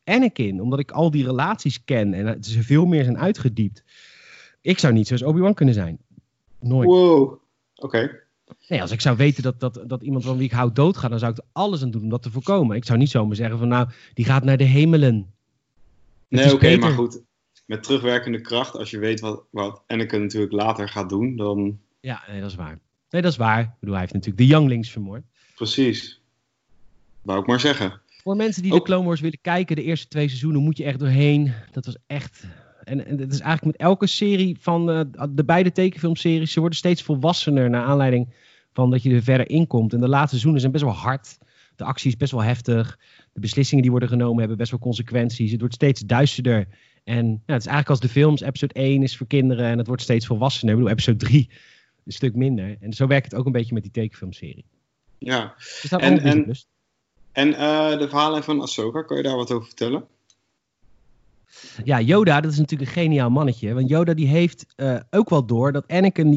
Anakin, omdat ik al die relaties ken en ze veel meer zijn uitgediept. Ik zou niet zoals Obi-Wan kunnen zijn. Nooit.
Wow, oké.
Nee, als ik zou weten dat iemand van wie ik hou doodgaat, dan zou ik er alles aan doen om dat te voorkomen. Ik zou niet zomaar zeggen van nou, die gaat naar de hemelen.
Nee, oké, maar goed. Met terugwerkende kracht, als je weet wat Anakin natuurlijk later gaat doen, dan...
Ja, nee, dat is waar. Nee, dat is waar. Ik bedoel, hij heeft natuurlijk de younglings vermoord.
Precies. Wou ik maar zeggen.
Voor mensen die de Clone Wars willen kijken, de eerste 2 seizoenen moet je echt doorheen. Dat was echt... En het is eigenlijk met elke serie van de beide tekenfilmseries, ze worden steeds volwassener naar aanleiding van dat je er verder in komt. En de laatste seizoenen zijn best wel hard. De actie is best wel heftig. De beslissingen die worden genomen hebben best wel consequenties. Het wordt steeds duisterder. En het is eigenlijk als de films. Episode 1 is voor kinderen en het wordt steeds volwassener. Ik bedoel, episode 3 een stuk minder. En zo werkt het ook een beetje met die tekenfilmserie.
Ja.
Dus dat
en de verhalen van Ahsoka, kan je daar wat over vertellen?
Ja, Yoda, dat is natuurlijk een geniaal mannetje. Want Yoda die heeft ook wel door dat Anakin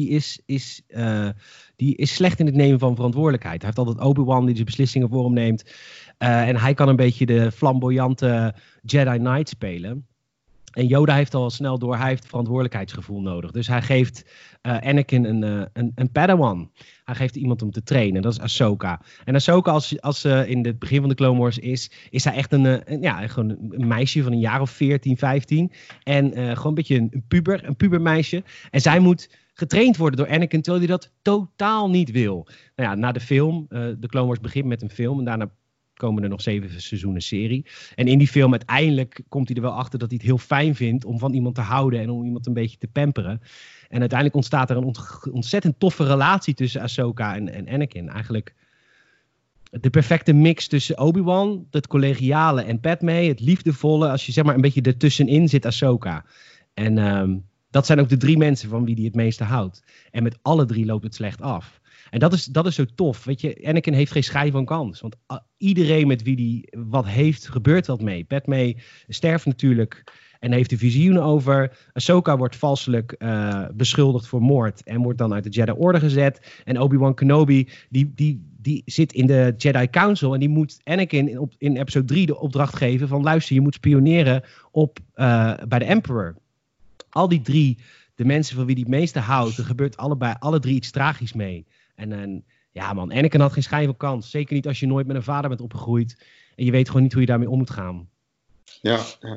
die is slecht in het nemen van verantwoordelijkheid. Hij heeft altijd Obi-Wan die de beslissingen voor hem neemt. En hij kan een beetje de flamboyante Jedi Knight spelen. En Yoda heeft al snel door, hij heeft verantwoordelijkheidsgevoel nodig. Dus hij geeft Anakin een Padawan. Hij geeft iemand om te trainen, dat is Ahsoka. En Ahsoka, als ze in het begin van de Clone Wars is hij echt gewoon een meisje van een jaar of 14, 15. En gewoon een beetje een pubermeisje. En zij moet getraind worden door Anakin, terwijl hij dat totaal niet wil. Nou ja, na de film, de Clone Wars begint met een film en daarna komen er nog 7 seizoenen serie. En in die film uiteindelijk komt hij er wel achter dat hij het heel fijn vindt om van iemand te houden en om iemand een beetje te pamperen. En uiteindelijk ontstaat er een ontzettend toffe relatie tussen Ahsoka en Anakin. Eigenlijk de perfecte mix tussen Obi-Wan, het collegiale en Padmé, het liefdevolle. Als je zeg maar een beetje ertussenin zit, Ahsoka. En dat zijn ook de 3 mensen van wie hij het meeste houdt. En met alle 3 loopt het slecht af. En dat is zo tof. Weet je, Anakin heeft geen schijn van kans. Want iedereen met wie die wat heeft, gebeurt wat mee. Padmé sterft natuurlijk en heeft de visioenen over. Ahsoka wordt valselijk beschuldigd voor moord en wordt dan uit de Jedi Order gezet. En Obi-Wan Kenobi, die zit in de Jedi Council en die moet Anakin in episode 3 de opdracht geven van luister, je moet spioneren bij de Emperor. Al die 3, de mensen van wie hij het meeste houdt, er gebeurt alle 3 iets tragisch mee. En ja man, Anakin had geen schijn van kans. Zeker niet als je nooit met een vader bent opgegroeid. En je weet gewoon niet hoe je daarmee om moet gaan.
Ja.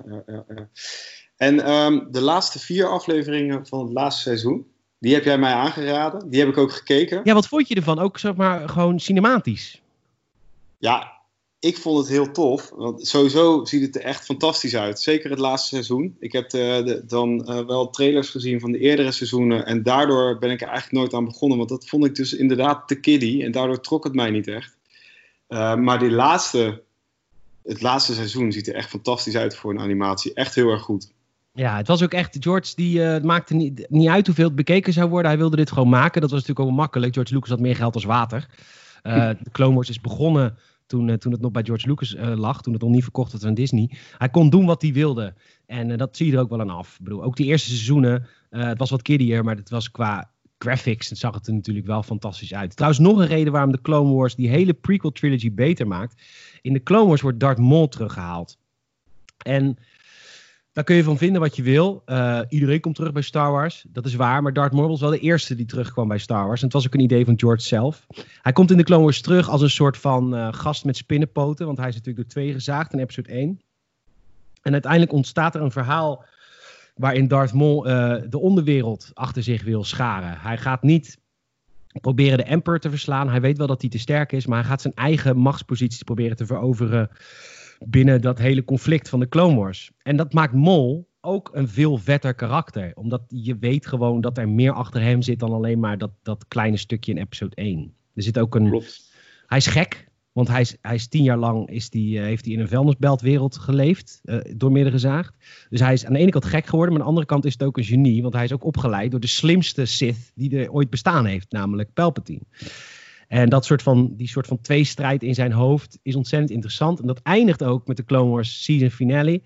En de laatste 4 afleveringen van het laatste seizoen, die heb jij mij aangeraden. Die heb ik ook gekeken.
Ja, wat vond je ervan? Ook zeg maar gewoon cinematisch.
Ja, ik vond het heel tof. Want sowieso ziet het er echt fantastisch uit. Zeker het laatste seizoen. Ik heb dan wel trailers gezien van de eerdere seizoenen. En daardoor ben ik er eigenlijk nooit aan begonnen. Want dat vond ik dus inderdaad te kiddie. En daardoor trok het mij niet echt. Maar het laatste seizoen ziet er echt fantastisch uit voor een animatie. Echt heel erg goed.
Ja, het was ook echt... George die maakte niet uit hoeveel het bekeken zou worden. Hij wilde dit gewoon maken. Dat was natuurlijk ook makkelijk. George Lucas had meer geld als water. De Clone Wars is begonnen toen het nog bij George Lucas lag. Toen het nog niet verkocht was aan Disney. Hij kon doen wat hij wilde. En dat zie je er ook wel aan af. Ik bedoel, ook die eerste seizoenen. Het was wat kiddier, maar het was qua graphics. Het zag het er natuurlijk wel fantastisch uit. Trouwens, nog een reden waarom de Clone Wars die hele prequel trilogy beter maakt. In de Clone Wars wordt Darth Maul teruggehaald. En daar kun je van vinden wat je wil. Iedereen komt terug bij Star Wars. Dat is waar. Maar Darth Maul was wel de eerste die terugkwam bij Star Wars. En het was ook een idee van George zelf. Hij komt in de Clone Wars terug als een soort van gast met spinnenpoten. Want hij is natuurlijk door 2 gezaagd in episode 1. En uiteindelijk ontstaat er een verhaal waarin Darth Maul de onderwereld achter zich wil scharen. Hij gaat niet proberen de Emperor te verslaan. Hij weet wel dat hij te sterk is. Maar hij gaat zijn eigen machtspositie proberen te veroveren binnen dat hele conflict van de Clone Wars. En dat maakt Maul ook een veel vetter karakter. Omdat je weet gewoon dat er meer achter hem zit dan alleen maar dat kleine stukje in episode 1. Er zit ook een...
Klopt.
Hij is gek, want hij is 10 jaar lang heeft hij in een vuilnisbeltwereld geleefd, door midden gezaagd. Dus hij is aan de ene kant gek geworden, maar aan de andere kant is het ook een genie. Want hij is ook opgeleid door de slimste Sith die er ooit bestaan heeft, namelijk Palpatine. En die soort van tweestrijd in zijn hoofd is ontzettend interessant. En dat eindigt ook met de Clone Wars season finale.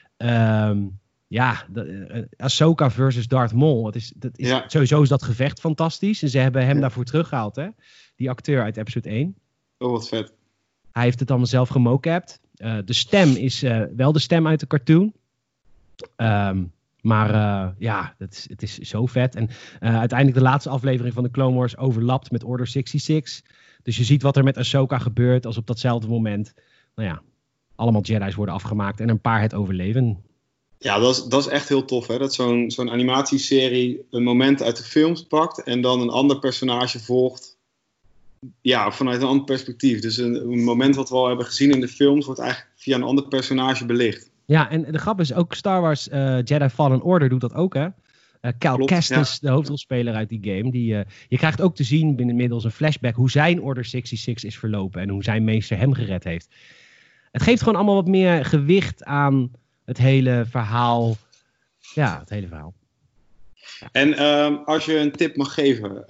Ahsoka versus Darth Maul. Sowieso is dat gevecht fantastisch. En ze hebben hem daarvoor teruggehaald, hè? Die acteur uit episode 1.
Oh, wat vet.
Hij heeft het allemaal zelf gemocapt. De stem is wel de stem uit de cartoon. Het is zo vet. En uiteindelijk de laatste aflevering van de Clone Wars overlapt met Order 66. Dus je ziet wat er met Ahsoka gebeurt als op datzelfde moment. Allemaal Jedi's worden afgemaakt en een paar het overleven.
Ja, dat is echt heel tof, hè? Dat zo'n animatieserie een moment uit de films pakt en dan een ander personage volgt. Ja, vanuit een ander perspectief. Dus een moment wat we al hebben gezien in de films wordt eigenlijk via een ander personage belicht.
Ja, en de grap is ook Star Wars Jedi Fallen Order doet dat ook, hè? Cal Kestis, de hoofdrolspeler uit die game. Je krijgt ook te zien middels een flashback hoe zijn Order 66 is verlopen en hoe zijn meester hem gered heeft. Het geeft gewoon allemaal wat meer gewicht aan het hele verhaal. Ja, het hele verhaal. Ja.
En als je een tip mag geven,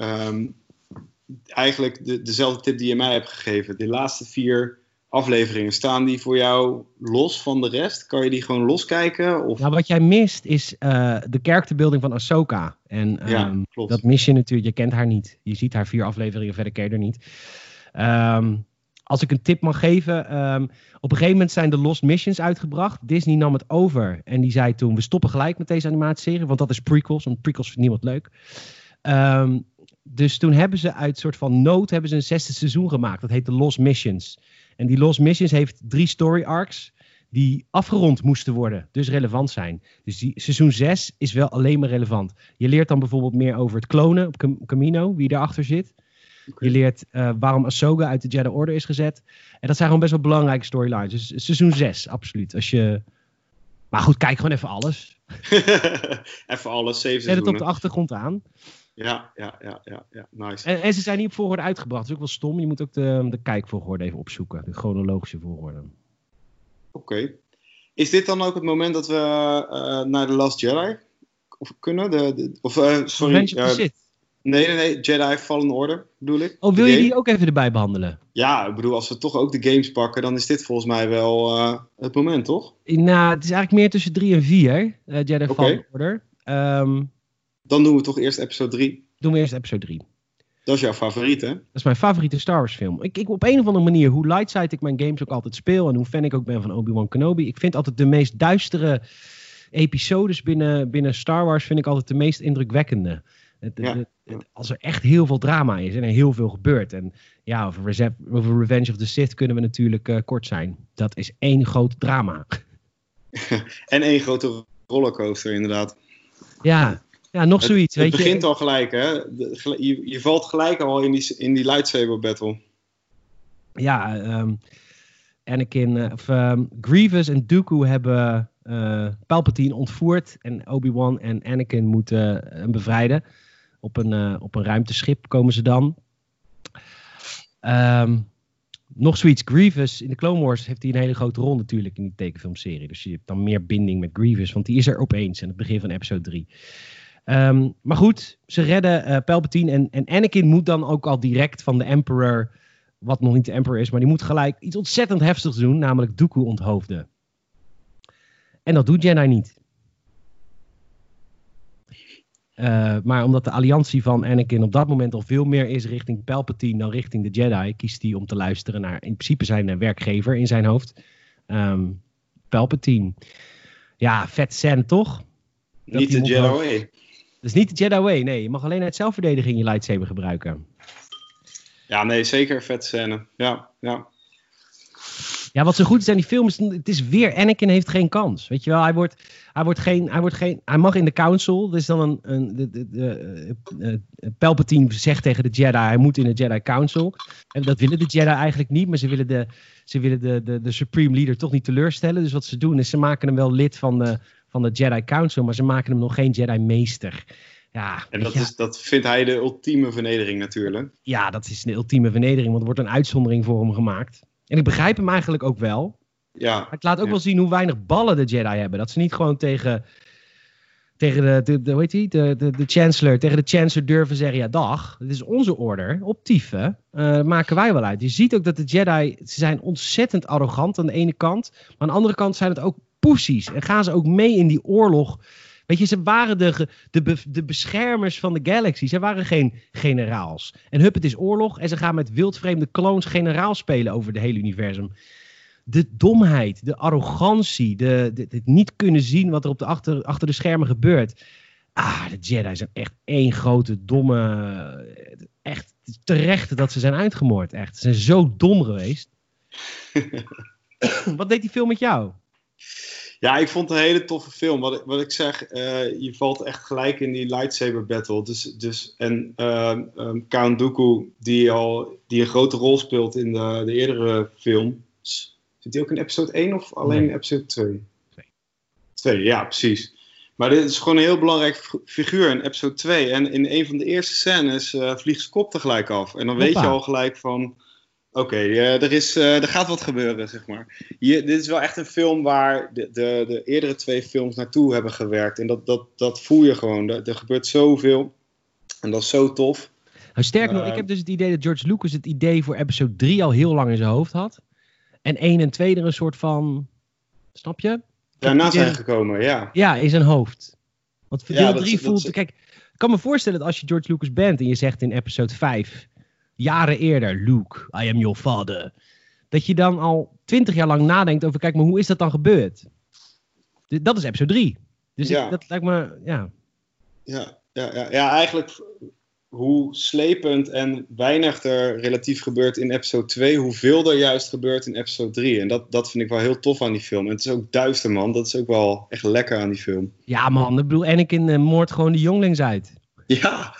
eigenlijk dezelfde tip die je mij hebt gegeven. De laatste 4 afleveringen, staan die voor jou los van de rest? Kan je die gewoon loskijken? Of?
Nou, wat jij mist is de characterbuilding van Ahsoka. En
klopt.
Dat mis je natuurlijk. Je kent haar niet. Je ziet haar 4 afleveringen, verder ken je er niet. Als ik een tip mag geven. Op een gegeven moment zijn de Lost Missions uitgebracht. Disney nam het over. En die zei toen, we stoppen gelijk met deze animatieserie. Want dat is prequels. Want prequels vindt niemand leuk. Dus toen hebben ze uit soort van nood een 6e seizoen gemaakt. Dat heet de Lost Missions. En die Lost Missions heeft 3 story arcs die afgerond moesten worden. Dus relevant zijn. Dus die seizoen 6 is wel alleen maar relevant. Je leert dan bijvoorbeeld meer over het klonen op Camino. Wie daarachter zit. Okay. Je leert waarom Ahsoka uit de Jedi Order is gezet. En dat zijn gewoon best wel belangrijke storylines. Dus seizoen 6, absoluut. Maar goed, kijk gewoon even alles.
Even alles, 7 seizoenen.
Zet het op de achtergrond aan.
Ja, nice.
En ze zijn niet op volgorde uitgebracht. Dat is ook wel stom. Je moet ook de kijkvolgorde even opzoeken. De chronologische volgorde.
Oké. Is dit dan ook het moment dat we naar The Last Jedi kunnen?
Revenge of the Sith.
Nee. Jedi Fallen Order bedoel ik.
Oh, wil je die ook even erbij behandelen?
Ja, ik bedoel, als we toch ook de games pakken, dan is dit volgens mij wel het moment, toch?
Nou, het is eigenlijk meer tussen 3 en 4. Jedi Fallen Order.
Dan doen we toch eerst episode 3.
Doen we eerst episode 3.
Dat is jouw favoriet, hè?
Dat is mijn favoriete Star Wars film. Ik op een of andere manier, hoe lightside ik mijn games ook altijd speel en hoe fan ik ook ben van Obi-Wan Kenobi. Ik vind altijd de meest duistere episodes binnen Star Wars vind ik altijd de meest indrukwekkende. Als er echt heel veel drama is en er heel veel gebeurt. En ja, over Revenge of the Sith kunnen we natuurlijk kort zijn. Dat is 1 groot drama.
En 1 grote rollercoaster, inderdaad.
Ja, nog zoiets.
Het begint al gelijk, hè? Je valt gelijk al in die lightsaber battle.
Ja, Anakin, Grievous en Dooku hebben Palpatine ontvoerd. En Obi-Wan en Anakin moeten hem bevrijden. Op een ruimteschip komen ze dan. Nog zoiets, Grievous in de Clone Wars heeft hij een hele grote rol natuurlijk in die tekenfilmserie. Dus je hebt dan meer binding met Grievous, want die is er opeens aan het begin van episode 3. Maar goed, ze redden Palpatine en Anakin moet dan ook al direct van de Emperor, wat nog niet de Emperor is, maar die moet gelijk iets ontzettend heftigs doen, namelijk Dooku onthoofden. En dat doet Jedi niet. Maar omdat de alliantie van Anakin op dat moment al veel meer is richting Palpatine dan richting de Jedi, kiest hij om te luisteren naar in principe zijn werkgever in zijn hoofd. Palpatine. Ja, vet scène toch?
Niet de Jedi way.
Dat is niet de Jedi way, nee. Je mag alleen uit zelfverdediging je lightsaber gebruiken.
Ja, nee, zeker vet scène. Ja.
Ja, wat zo goed is aan die film is, het is weer, Anakin heeft geen kans. Weet je wel, hij mag in de council. Dus dan Palpatine zegt tegen de Jedi, hij moet in de Jedi Council. En dat willen de Jedi eigenlijk niet, maar ze willen de Supreme Leader toch niet teleurstellen. Dus wat ze doen is, ze maken hem wel lid van de Jedi Council, maar ze maken hem nog geen Jedi Meester. Ja,
en dat vindt hij de ultieme vernedering natuurlijk.
Ja, dat is de ultieme vernedering, want er wordt een uitzondering voor hem gemaakt. En ik begrijp hem eigenlijk ook wel.
Ja.
Maar het laat ook wel zien hoe weinig ballen de Jedi hebben. Dat ze niet gewoon tegen de Chancellor, tegen de Chancellor durven zeggen, ja dag, dit is onze order, optieven, maken wij wel uit. Je ziet ook dat de Jedi, ze zijn ontzettend arrogant aan de ene kant, maar aan de andere kant zijn het ook poesies. En gaan ze ook mee in die oorlog. Weet je, ze waren de beschermers van de galaxy. Ze waren geen generaals. En hup, het is oorlog. En ze gaan met wildvreemde clones generaal spelen over het hele universum. de domheid, de arrogantie, het niet kunnen zien wat er op achter de schermen gebeurt. De Jedi zijn echt één grote domme... Echt terecht dat ze zijn uitgemoord, echt. Ze zijn zo dom geweest. Wat deed die film met jou?
Ja, ik vond het een hele toffe film. Wat ik zeg, je valt echt gelijk in die lightsaber battle. En Count Dooku, die een grote rol speelt in de eerdere films. Zit die ook in episode 1 of alleen in episode 2? 2, ja, precies. Maar dit is gewoon een heel belangrijk figuur in episode 2. En in een van de eerste scènes vliegt zijn kop tegelijk af. En dan weet je al gelijk van... Oké, er gaat wat gebeuren, zeg maar. Dit is wel echt een film waar de eerdere 2 films naartoe hebben gewerkt. En dat voel je gewoon. Er gebeurt zoveel. En dat is zo tof.
Nou, sterker nog, ik heb dus het idee dat George Lucas het idee voor episode 3 al heel lang in zijn hoofd had. En 1 en 2 er een soort van... Snap je?
Daarna zijn gekomen, ja.
Ja, in zijn hoofd. Want deel 3 voelt... Kijk, ik kan me voorstellen dat als je George Lucas bent en je zegt in episode 5... Jaren eerder, Luke, I am your father. Dat je dan al 20 jaar lang nadenkt over... Kijk, maar hoe is dat dan gebeurd? Dat is episode 3. Dus dat lijkt me...
Ja, eigenlijk... Hoe slepend en weinig er relatief gebeurt in episode 2... hoeveel er juist gebeurt in episode 3. En dat vind ik wel heel tof aan die film. En het is ook duister, man. Dat is ook wel echt lekker aan die film.
Ja, man. Ik bedoel, Anakin moordt gewoon de jonglings uit.
Ja.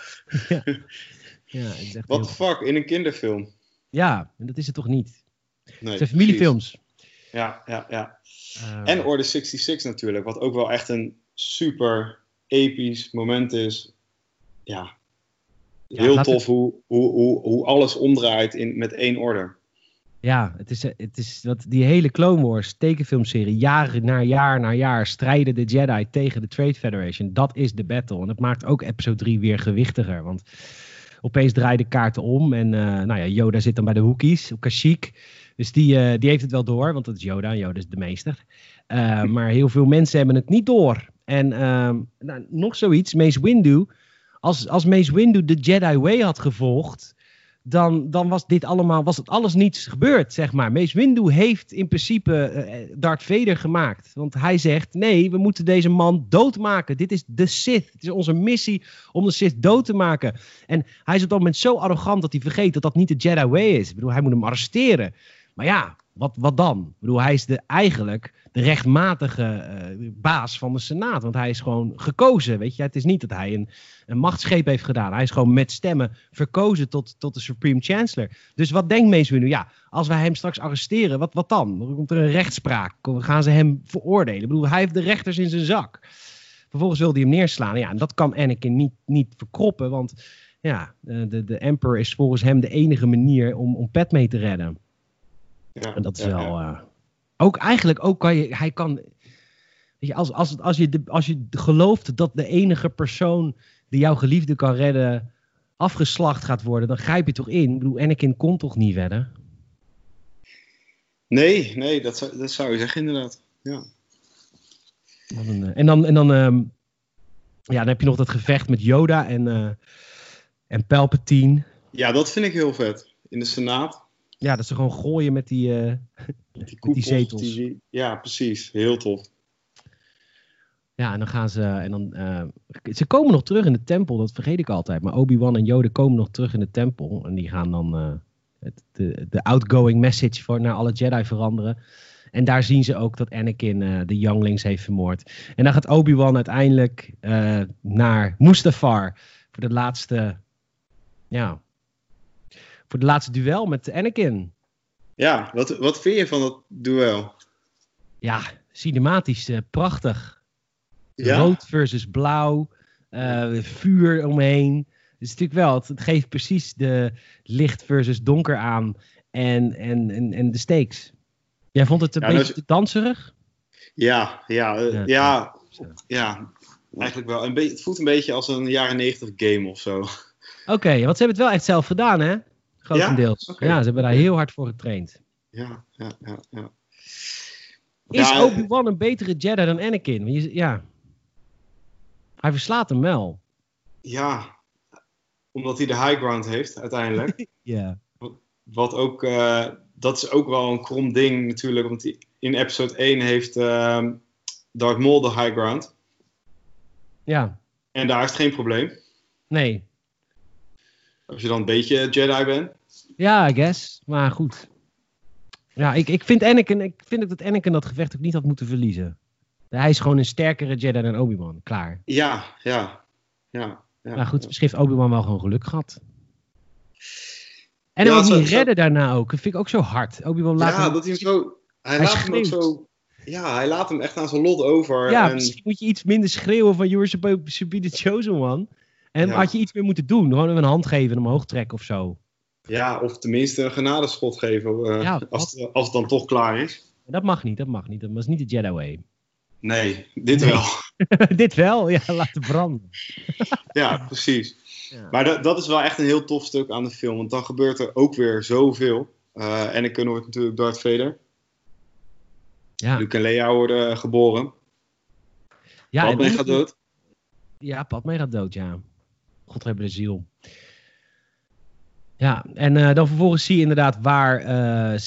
Ja, het is echt
what the fuck, in een kinderfilm.
Ja, en dat is het toch niet.
Nee,
het zijn familiefilms.
Ja. En Order 66 natuurlijk, wat ook wel echt een super episch moment is. Ja, heel tof hoe alles omdraait met één order.
Ja, het is dat die hele Clone Wars tekenfilmserie, jaar na jaar strijden de Jedi tegen de Trade Federation. Dat is de battle. En dat maakt ook episode 3 weer gewichtiger, want... Opeens draaien de kaarten om. En Yoda zit dan bij de Wookiees op Kashyyyk. Dus die heeft het wel door. Want dat is Yoda. En Yoda is de meester. Maar heel veel mensen hebben het niet door. En nog zoiets. Mace Windu. Als Mace Windu de Jedi Way had gevolgd... Dan was het alles niets gebeurd, zeg maar. Mace Windu heeft in principe Darth Vader gemaakt. Want hij zegt, nee, we moeten deze man doodmaken. Dit is de Sith. Het is onze missie om de Sith dood te maken. En hij is op dat moment zo arrogant dat hij vergeet dat dat niet de Jedi Way is. Ik bedoel, hij moet hem arresteren. Maar ja, wat dan? Ik bedoel, hij is eigenlijk de rechtmatige baas van de Senaat. Want hij is gewoon gekozen, weet je. Het is niet dat hij een machtsgreep heeft gedaan. Hij is gewoon met stemmen verkozen tot de Supreme Chancellor. Dus wat denkt Mace Windu? Ja, als wij hem straks arresteren, wat dan? Dan komt er een rechtspraak. Gaan ze hem veroordelen? Ik bedoel, hij heeft de rechters in zijn zak. Vervolgens wil hij hem neerslaan. Ja, en dat kan Anakin niet verkroppen. Want ja, de Emperor is volgens hem de enige manier om Padmé te redden. Ja, en dat is wel... Ook kan je... Hij kan... Weet je, als je gelooft dat de enige persoon die jouw geliefde kan redden afgeslacht gaat worden, dan grijp je toch in? Ik bedoel, Anakin kon toch niet verder?
Nee, dat zou je zeggen inderdaad. Ja.
En dan heb je nog dat gevecht met Yoda en Palpatine.
Ja, dat vind ik heel vet. In de Senaat.
Ja, dat ze gewoon gooien met die
koepels,
zetels.
Ja, precies. Heel tof.
Ja, en dan gaan ze... ze komen nog terug in de tempel, dat vergeet ik altijd. Maar Obi-Wan en Yoda komen nog terug in de tempel. En die gaan dan de outgoing message naar alle Jedi veranderen. En daar zien ze ook dat Anakin de younglings heeft vermoord. En dan gaat Obi-Wan uiteindelijk naar Mustafar voor de laatste... Ja... Voor de laatste duel met Anakin.
Ja, wat vind je van dat duel?
Ja, cinematisch, prachtig.
Ja?
Rood versus blauw, vuur omheen. Dus natuurlijk wel, het geeft precies de licht versus donker aan en de stakes. Jij vond het een beetje danserig?
Ja, eigenlijk wel. Het voelt een beetje als een jaren 90 game of zo.
Oké, want ze hebben het wel echt zelf gedaan, hè? Grotendeels. Ja? Okay. Ja, ze hebben daar heel hard voor getraind.
Ja.
Is Obi-Wan een betere Jedi dan Anakin? Hij verslaat hem wel.
Ja, omdat hij de high ground heeft uiteindelijk.
Ja.
Wat ook dat is ook wel een krom ding natuurlijk. Want in episode 1 heeft Darth Maul de high ground.
Ja.
En daar is het geen probleem.
Nee.
Als je dan een beetje Jedi bent.
Ja, I guess. Maar goed. Ja, ik vind ook dat Anakin dat gevecht ook niet had moeten verliezen. Hij is gewoon een sterkere Jedi dan Obi-Wan. Klaar.
Ja.
Maar goed, misschien heeft Obi-Wan wel gewoon geluk gehad. En hem ook niet redden daarna ook. Dat vind ik ook zo hard. Obi-Wan laat hem...
dat hij hem zo... Hij laat hem ook zo... Ja, hij laat hem echt aan zijn lot over.
Ja, misschien moet je iets minder schreeuwen van you were supposed to be the chosen one. En had je iets meer moeten doen. Gewoon een hand geven en omhoog trekken of zo.
Ja, of tenminste een genadeschot geven. Als het dan toch klaar is.
Dat mag niet. Dat was niet de Jedi way.
Nee, dit wel.
Dit wel? Ja, laten branden.
Ja, precies. Ja. Maar dat is wel echt een heel tof stuk aan de film. Want dan gebeurt er ook weer zoveel. En ik wordt natuurlijk Darth Vader.
Ja.
Luke en Leia worden geboren. Ja, Padmé gaat dood.
Ja, Padmé gaat dood, ja. God hebben de ziel. Ja, en dan vervolgens zie je inderdaad waar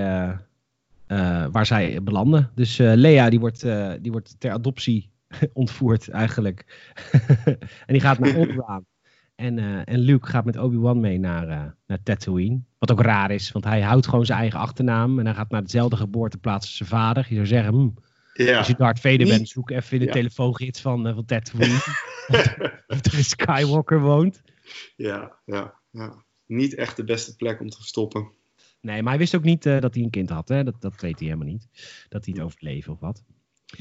zij belanden. Dus Leia die wordt ter adoptie ontvoerd eigenlijk. En die gaat naar Onderaan. En Luke gaat met Obi-Wan mee naar Tatooine. Wat ook raar is, want hij houdt gewoon zijn eigen achternaam. En hij gaat naar dezelfde geboorteplaats als zijn vader. Je zou zeggen, als je Darth Vader bent, zoek even in de telefoongids van Tatooine. Of er een Skywalker woont.
Ja. Niet echt de beste plek om te verstoppen.
Nee, maar hij wist ook niet dat hij een kind had. Hè? Dat weet hij helemaal niet. Dat hij het overleven of wat.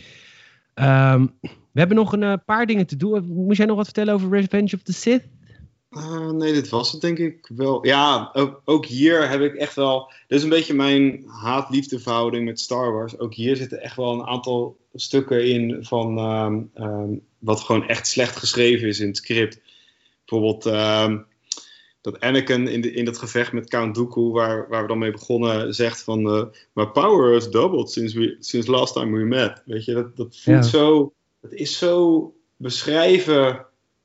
We hebben nog een paar dingen te doen. Moest jij nog wat vertellen over Revenge of the Sith?
Nee, dit was het denk ik wel. Ja, ook hier heb ik echt wel... Dit is een beetje mijn haat-liefde verhouding met Star Wars. Ook hier zitten echt wel een aantal stukken in van wat gewoon echt slecht geschreven is in het script. Bijvoorbeeld dat Anakin in dat gevecht met Count Dooku, waar we dan mee begonnen, zegt van my power has doubled since last time we met. Weet je, dat voelt zo... Dat is zo beschrijven...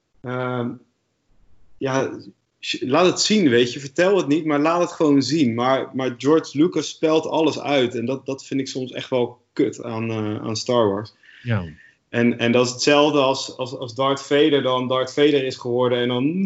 laat het zien, weet je. Vertel het niet, maar laat het gewoon zien. Maar George Lucas spelt alles uit. En dat vind ik soms echt wel kut aan Star Wars.
Ja.
En dat is hetzelfde als Darth Vader dan Darth Vader is geworden. En dan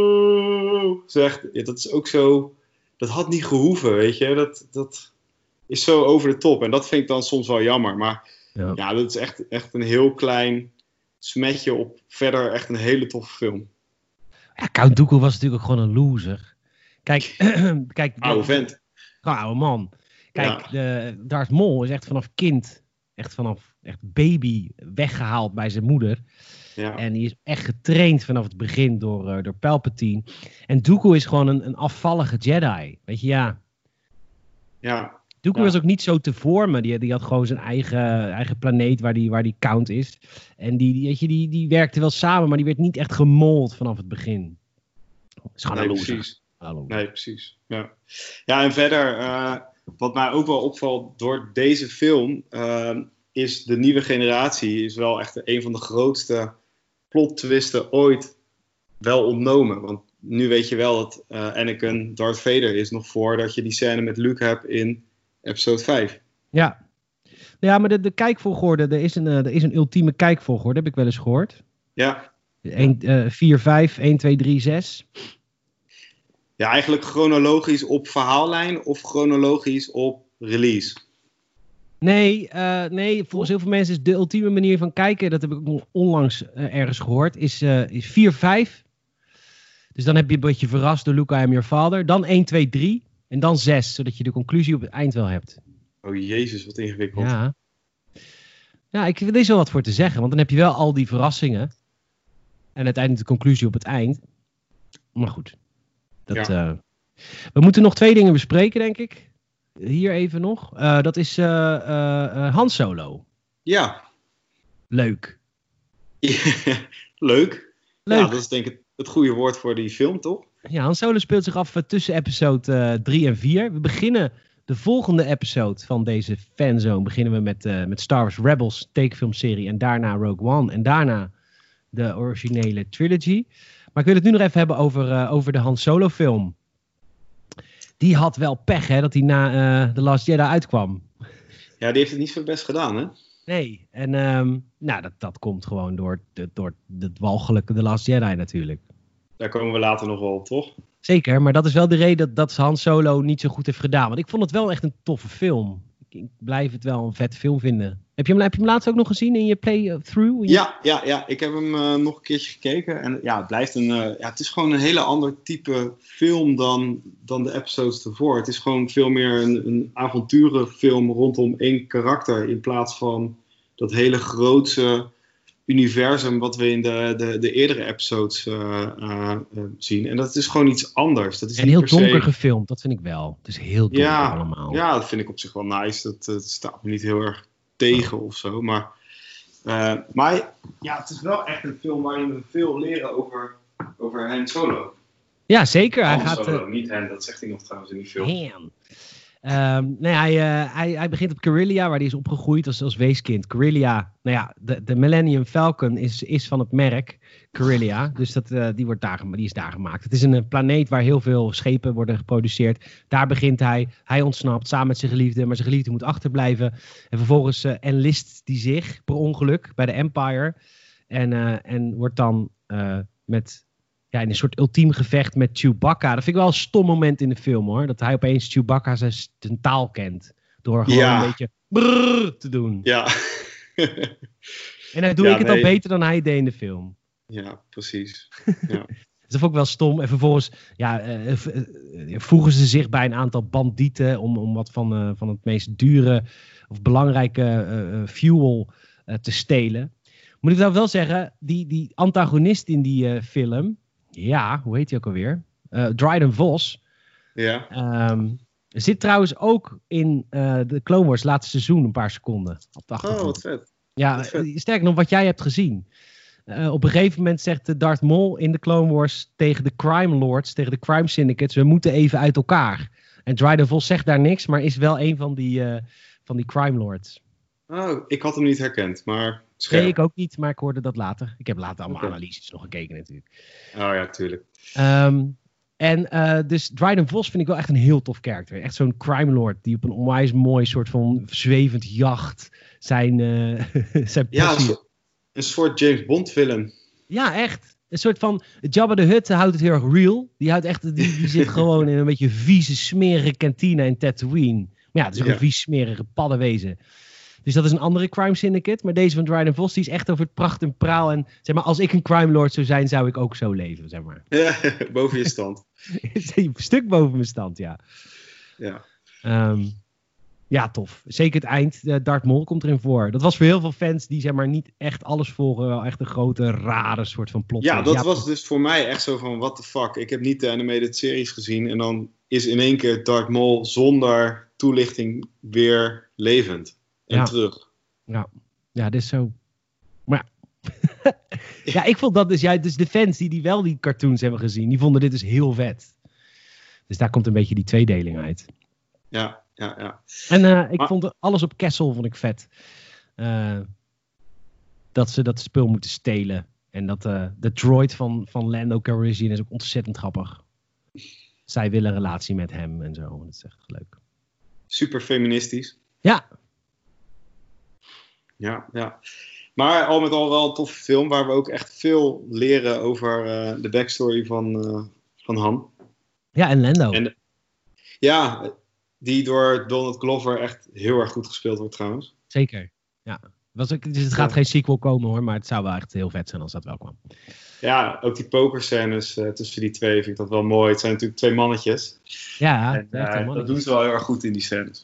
no zegt. Ja, dat is ook zo... Dat had niet gehoeven, weet je. Dat is zo over de top. En dat vind ik dan soms wel jammer. Maar ja dat is echt een heel klein smetje op verder echt een hele toffe film.
Ja, Count Dooku was natuurlijk ook gewoon een loser. Kijk,
oude vent.
Gewoon oude man. Kijk, Darth Maul is echt vanaf kind, echt baby weggehaald bij zijn moeder. Ja. En die is echt getraind vanaf het begin door Palpatine. En Dooku is gewoon een afvallige Jedi. Weet je, ja. Dooku was ook niet zo te vormen. Die had gewoon zijn eigen planeet waar die Count is. En die werkte wel samen, maar die werd niet echt gemold vanaf het begin. Dat is gewoon een loser. Precies. Nee,
precies. Ja, en verder, wat mij ook wel opvalt door deze film, is de nieuwe generatie is wel echt een van de grootste plot twisten ooit wel ontnomen. Want nu weet je wel dat Anakin Darth Vader is nog voordat je die scène met Luke hebt in episode 5.
Ja, maar de kijkvolgorde, er is een ultieme kijkvolgorde, heb ik wel eens gehoord.
Ja.
4, 5, 1, 2, 3, 6.
Ja, eigenlijk chronologisch op verhaallijn of chronologisch op release?
Nee, volgens heel veel mensen is de ultieme manier van kijken, dat heb ik ook onlangs ergens gehoord, is 4, 5. Dus dan heb je een beetje verrast door Luke, I am your father. Dan 1, 2, 3. En dan 6, zodat je de conclusie op het eind wel hebt.
Oh jezus, wat ingewikkeld.
Ja, er is wel wat voor te zeggen. Want dan heb je wel al die verrassingen. En uiteindelijk de conclusie op het eind. Maar goed. We moeten nog 2 dingen bespreken, denk ik. Hier even nog. Dat is Han Solo.
Ja.
Leuk.
Leuk. Ja, dat is denk ik het goede woord voor die film, toch?
Ja, Han Solo speelt zich af tussen episode 3 en 4. We beginnen de volgende episode van deze fanzone. Beginnen we met Star Wars Rebels tekenfilmserie. En daarna Rogue One. En daarna de originele trilogy. Maar ik wil het nu nog even hebben over de Han Solo film. Die had wel pech, hè, dat hij na The Last Jedi uitkwam.
Ja, die heeft het niet zo best gedaan, hè?
Nee, en dat komt gewoon door het walgelijke The Last Jedi natuurlijk.
Daar komen we later nog wel op, toch?
Zeker, maar dat is wel de reden dat Han Solo niet zo goed heeft gedaan. Want ik vond het wel echt een toffe film. Ik blijf het wel een vet film vinden. Heb je hem laatst ook nog gezien in je playthrough?
Ja, ik heb hem nog een keertje gekeken. En ja, het blijft het is gewoon een hele ander type film dan de episodes ervoor. Het is gewoon veel meer een avonturenfilm rondom één karakter. In plaats van dat hele grootse universum wat we in de eerdere episodes zien. En dat is gewoon iets anders. Dat is
en heel donker gefilmd, dat vind ik wel. Het is heel donker allemaal.
Ja, dat vind ik op zich wel nice. Dat staat me niet heel erg tegen of zo. Maar het is wel echt een film waarin we veel leren over Han Solo.
Ja, zeker.
Han Solo, niet Han. Dat zegt hij nog trouwens in die film.
Hij begint op Corellia, waar hij is opgegroeid als weeskind. Corellia, de Millennium Falcon is van het merk Corellia. Dus die is daar gemaakt. Het is een planeet waar heel veel schepen worden geproduceerd. Daar begint hij. Hij ontsnapt samen met zijn geliefde, maar zijn geliefde moet achterblijven. En vervolgens enlist hij zich per ongeluk bij de Empire. En wordt dan in een soort ultiem gevecht met Chewbacca. Dat vind ik wel een stom moment in de film, hoor. Dat hij opeens Chewbacca zijn taal kent. Door gewoon een beetje brrr te doen.
Ja.
En dan doe ik het al beter dan hij deed in de film.
Ja, precies. Ja.
Dus dat vond ik wel stom. En vervolgens voegen ze zich bij een aantal bandieten om wat van het meest dure of belangrijke fuel te stelen. Moet ik dan wel zeggen, die antagonist in die film... Ja, hoe heet hij ook alweer? Dryden Vos.
Ja.
Zit trouwens ook in de Clone Wars laatste seizoen een paar seconden. Op de achtergrond.
Wat vet.
Ja,
wat vet.
Sterker nog, wat jij hebt gezien. Op een gegeven moment zegt Darth Maul in de Clone Wars tegen de Crime Lords, tegen de Crime Syndicates, we moeten even uit elkaar. En Dryden Vos zegt daar niks, maar is wel een van die Crime Lords.
Oh, ik had hem niet herkend, maar...
Nee, ik ook niet, maar ik hoorde dat later. Ik heb later allemaal analyses nog gekeken natuurlijk.
Oh ja, tuurlijk.
Dus Dryden Vos vind ik wel echt een heel tof karakter. Echt zo'n crime lord die op een onwijs mooi soort van zwevend jacht zijn passie.
Ja, een soort James Bond film.
Ja, echt. Een soort van Jabba the Hutt houdt het heel erg real. Die zit gewoon in een beetje vieze, smerige kantine in Tatooine. Maar ja, het is ook een vies, smerige paddenwezen. Dus dat is een andere crime syndicate. Maar deze van Dryden Vos, die is echt over het pracht en praal. En zeg maar, als ik een crime lord zou zijn, zou ik ook zo leven, zeg maar.
Ja, boven je stand.
Een stuk boven mijn stand, ja. Ja, tof. Zeker het eind. Darth Maul komt erin voor. Dat was voor heel veel fans die zeg maar niet echt alles volgen. Wel echt een grote, rare soort van plot.
Ja, dat was dus voor mij echt zo van, what the fuck. Ik heb niet de animated series gezien. En dan is in één keer Darth Maul zonder toelichting weer levend. En terug.
Ja, dit is zo. Maar ja, ik vond dat dus de fans die wel die cartoons hebben gezien, die vonden dit dus heel vet. Dus daar komt een beetje die tweedeling uit.
Ja.
En ik vond alles op Kessel vond ik vet. Dat ze dat spul moeten stelen. En dat de droid van Lando Calrissian is ook ontzettend grappig. Zij willen een relatie met hem en zo. Dat is echt leuk.
Super feministisch.
Ja.
Ja. Maar al met al wel een toffe film waar we ook echt veel leren over de backstory van Han.
Ja, en Lando.
Die door Donald Glover echt heel erg goed gespeeld wordt trouwens.
Zeker, ja. Dus het gaat geen sequel komen hoor, maar het zou wel echt heel vet zijn als dat wel kwam.
Ja, ook die pokerscènes tussen die twee vind ik dat wel mooi. Het zijn natuurlijk twee mannetjes.
Ja,
dat doen ze wel heel erg goed in die scènes.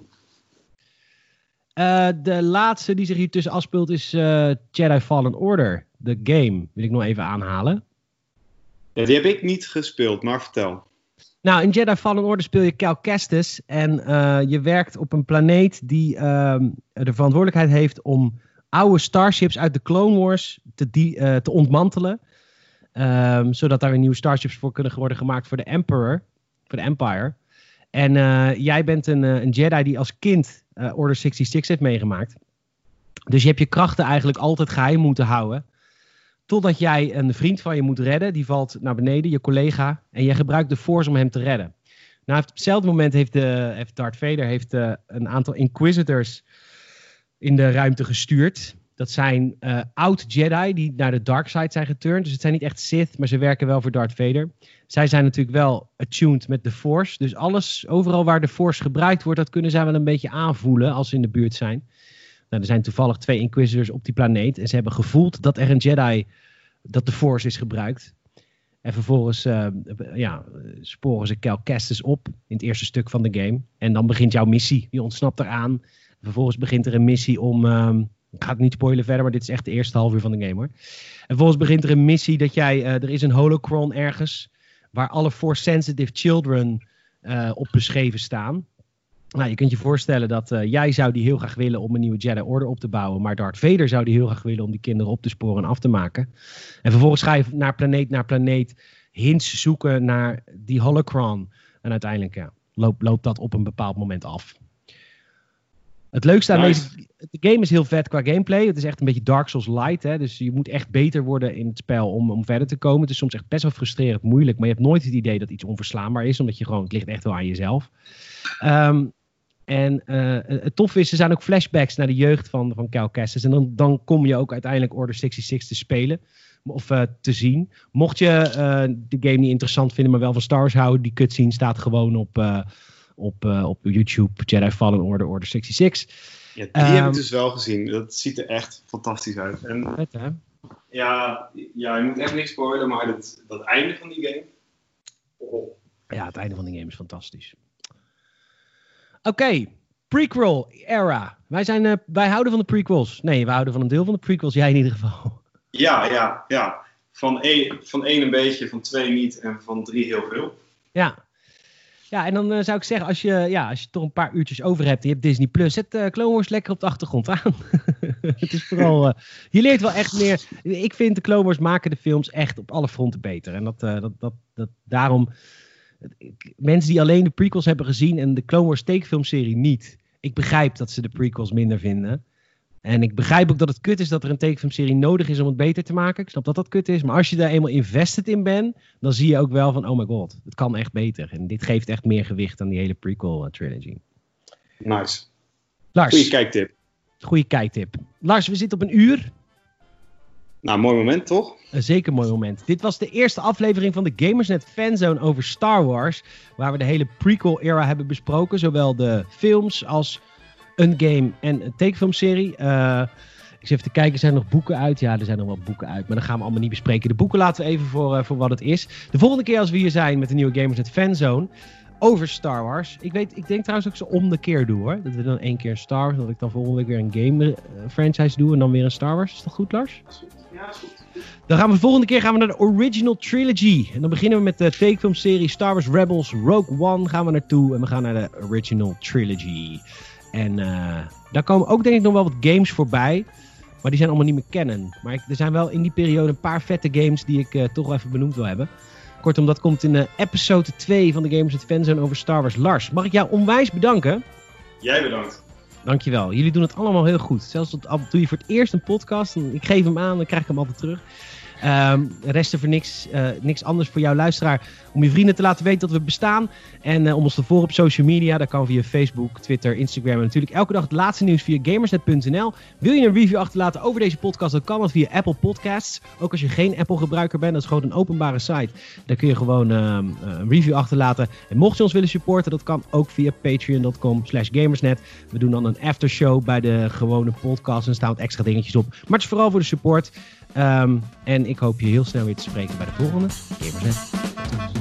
De laatste die zich hier tussen afspeelt is Jedi Fallen Order. De game, wil ik nog even aanhalen.
Ja, die heb ik niet gespeeld, maar vertel.
Nou, in Jedi Fallen Order speel je Cal Kestis. En je werkt op een planeet die de verantwoordelijkheid heeft om oude starships uit de Clone Wars te ontmantelen. Zodat daar weer nieuwe starships voor kunnen worden gemaakt voor de Empire. En jij bent een Jedi die als kind Order 66 heeft meegemaakt. Dus je hebt je krachten eigenlijk altijd geheim moeten houden. Totdat jij een vriend van je moet redden. Die valt naar beneden, je collega. En jij gebruikt de Force om hem te redden. Nou, op hetzelfde moment heeft Darth Vader een aantal Inquisitors in de ruimte gestuurd. Dat zijn oud-Jedi die naar de dark side zijn geturnd. Dus het zijn niet echt Sith, maar ze werken wel voor Darth Vader. Zij zijn natuurlijk wel attuned met de Force. Dus overal waar de Force gebruikt wordt, dat kunnen zij wel een beetje aanvoelen als ze in de buurt zijn. Nou, er zijn toevallig 2 Inquisitors op die planeet. En ze hebben gevoeld dat er een Jedi, dat de Force is gebruikt. En vervolgens sporen ze Cal Kestis op in het eerste stuk van de game. En dan begint jouw missie. Je ontsnapt eraan. Vervolgens begint er een missie om... ik ga het niet spoilen verder, maar dit is echt de eerste half uur van de game hoor. En vervolgens begint er een missie dat er is een holocron ergens waar alle Force-sensitive children op beschreven staan. Nou, je kunt je voorstellen dat jij zou die heel graag willen om een nieuwe Jedi Order op te bouwen. Maar Darth Vader zou die heel graag willen om die kinderen op te sporen en af te maken. En vervolgens ga je naar planeet hints zoeken naar die holocron. En uiteindelijk loopt dat op een bepaald moment af. Het leukste aan de game is heel vet qua gameplay. Het is echt een beetje Dark Souls light. Hè? Dus je moet echt beter worden in het spel om verder te komen. Het is soms echt best wel frustrerend moeilijk. Maar je hebt nooit het idee dat iets onverslaanbaar is. Omdat het ligt echt wel aan jezelf. Het toffe is, er zijn ook flashbacks naar de jeugd van Cal Kestis. En dan kom je ook uiteindelijk Order 66 te spelen. Of te zien. Mocht je de game niet interessant vinden, maar wel van Star Wars houden. Die cutscene staat gewoon op YouTube. Jedi Fallen Order, Order 66.
Ja, die heb ik dus wel gezien. Dat ziet er echt fantastisch uit. En,
vet, hè?
Ja, je moet echt niks spoilen, maar dat einde van die game... Oh.
Ja, het einde van die game is fantastisch. Oké, prequel era. Wij houden van de prequels. Nee, we houden van een deel van de prequels. Jij in ieder geval.
Ja. Van 1 een beetje, van 2 niet en van 3 heel veel.
Ja, en dan zou ik zeggen, als je toch een paar uurtjes over hebt en je hebt Disney Plus, zet Clone Wars lekker op de achtergrond aan. Het is vooral, je leert wel echt meer. Ik vind de Clone Wars maken de films echt op alle fronten beter. En daarom, mensen die alleen de prequels hebben gezien en de Clone Wars tekenfilmserie niet. Ik begrijp dat ze de prequels minder vinden. En ik begrijp ook dat het kut is dat er een tekenfilmserie nodig is om het beter te maken. Ik snap dat kut is. Maar als je daar eenmaal invested in bent, dan zie je ook wel van, oh my god, het kan echt beter. En dit geeft echt meer gewicht aan die hele prequel trilogy.
Nice.
Lars.
Goeie kijktip.
Lars, we zitten op 1 uur.
Nou, mooi moment toch?
Een zeker mooi moment. Dit was de eerste aflevering van de Gamersnet Fanzone over Star Wars. Waar we de hele prequel era hebben besproken. Zowel de films als een game en een tekenfilmserie. Ik zit even te kijken, zijn er nog boeken uit? Ja, er zijn nog wel boeken uit, maar dat gaan we allemaal niet bespreken. De boeken laten we even voor wat het is. De volgende keer als we hier zijn met de nieuwe Gamersnet Fanzone over Star Wars. Ik denk trouwens dat ik ze om de keer doe hoor. Dat we dan 1 keer Star Wars, dat ik dan volgende week weer een game franchise doe en dan weer een Star Wars. Is dat goed, Lars?
Ja, is goed.
Dan gaan we de volgende keer naar de Original Trilogy. En dan beginnen we met de tekenfilmserie Star Wars Rebels Rogue One gaan we naartoe. En we gaan naar de Original Trilogy. En daar komen ook denk ik nog wel wat games voorbij. Maar die zijn allemaal niet meer canon. Maar er zijn wel in die periode een paar vette games die ik toch wel even benoemd wil hebben. Kortom, dat komt in episode 2 van de Gamersnet Fanzone over Star Wars. Lars, mag ik jou onwijs bedanken?
Jij bedankt.
Dankjewel. Jullie doen het allemaal heel goed. Zelfs doe je voor het eerst een podcast. En ik geef hem aan, dan krijg ik hem altijd terug. Rest er voor niks anders voor jouw luisteraar om je vrienden te laten weten dat we bestaan. En om ons te volgen op social media. Dat kan via Facebook, Twitter, Instagram. En natuurlijk elke dag het laatste nieuws via gamersnet.nl. Wil je een review achterlaten over deze podcast, dan kan dat via Apple Podcasts. Ook als je geen Apple gebruiker bent, dat is gewoon een openbare site. Daar kun je gewoon een review achterlaten. En mocht je ons willen supporten, dat kan ook via patreon.com/gamersnet. We doen dan een aftershow bij de gewone podcast en staan wat extra dingetjes op. Maar het is vooral voor de support. En ik hoop je heel snel weer te spreken bij de volgende Gamersnet.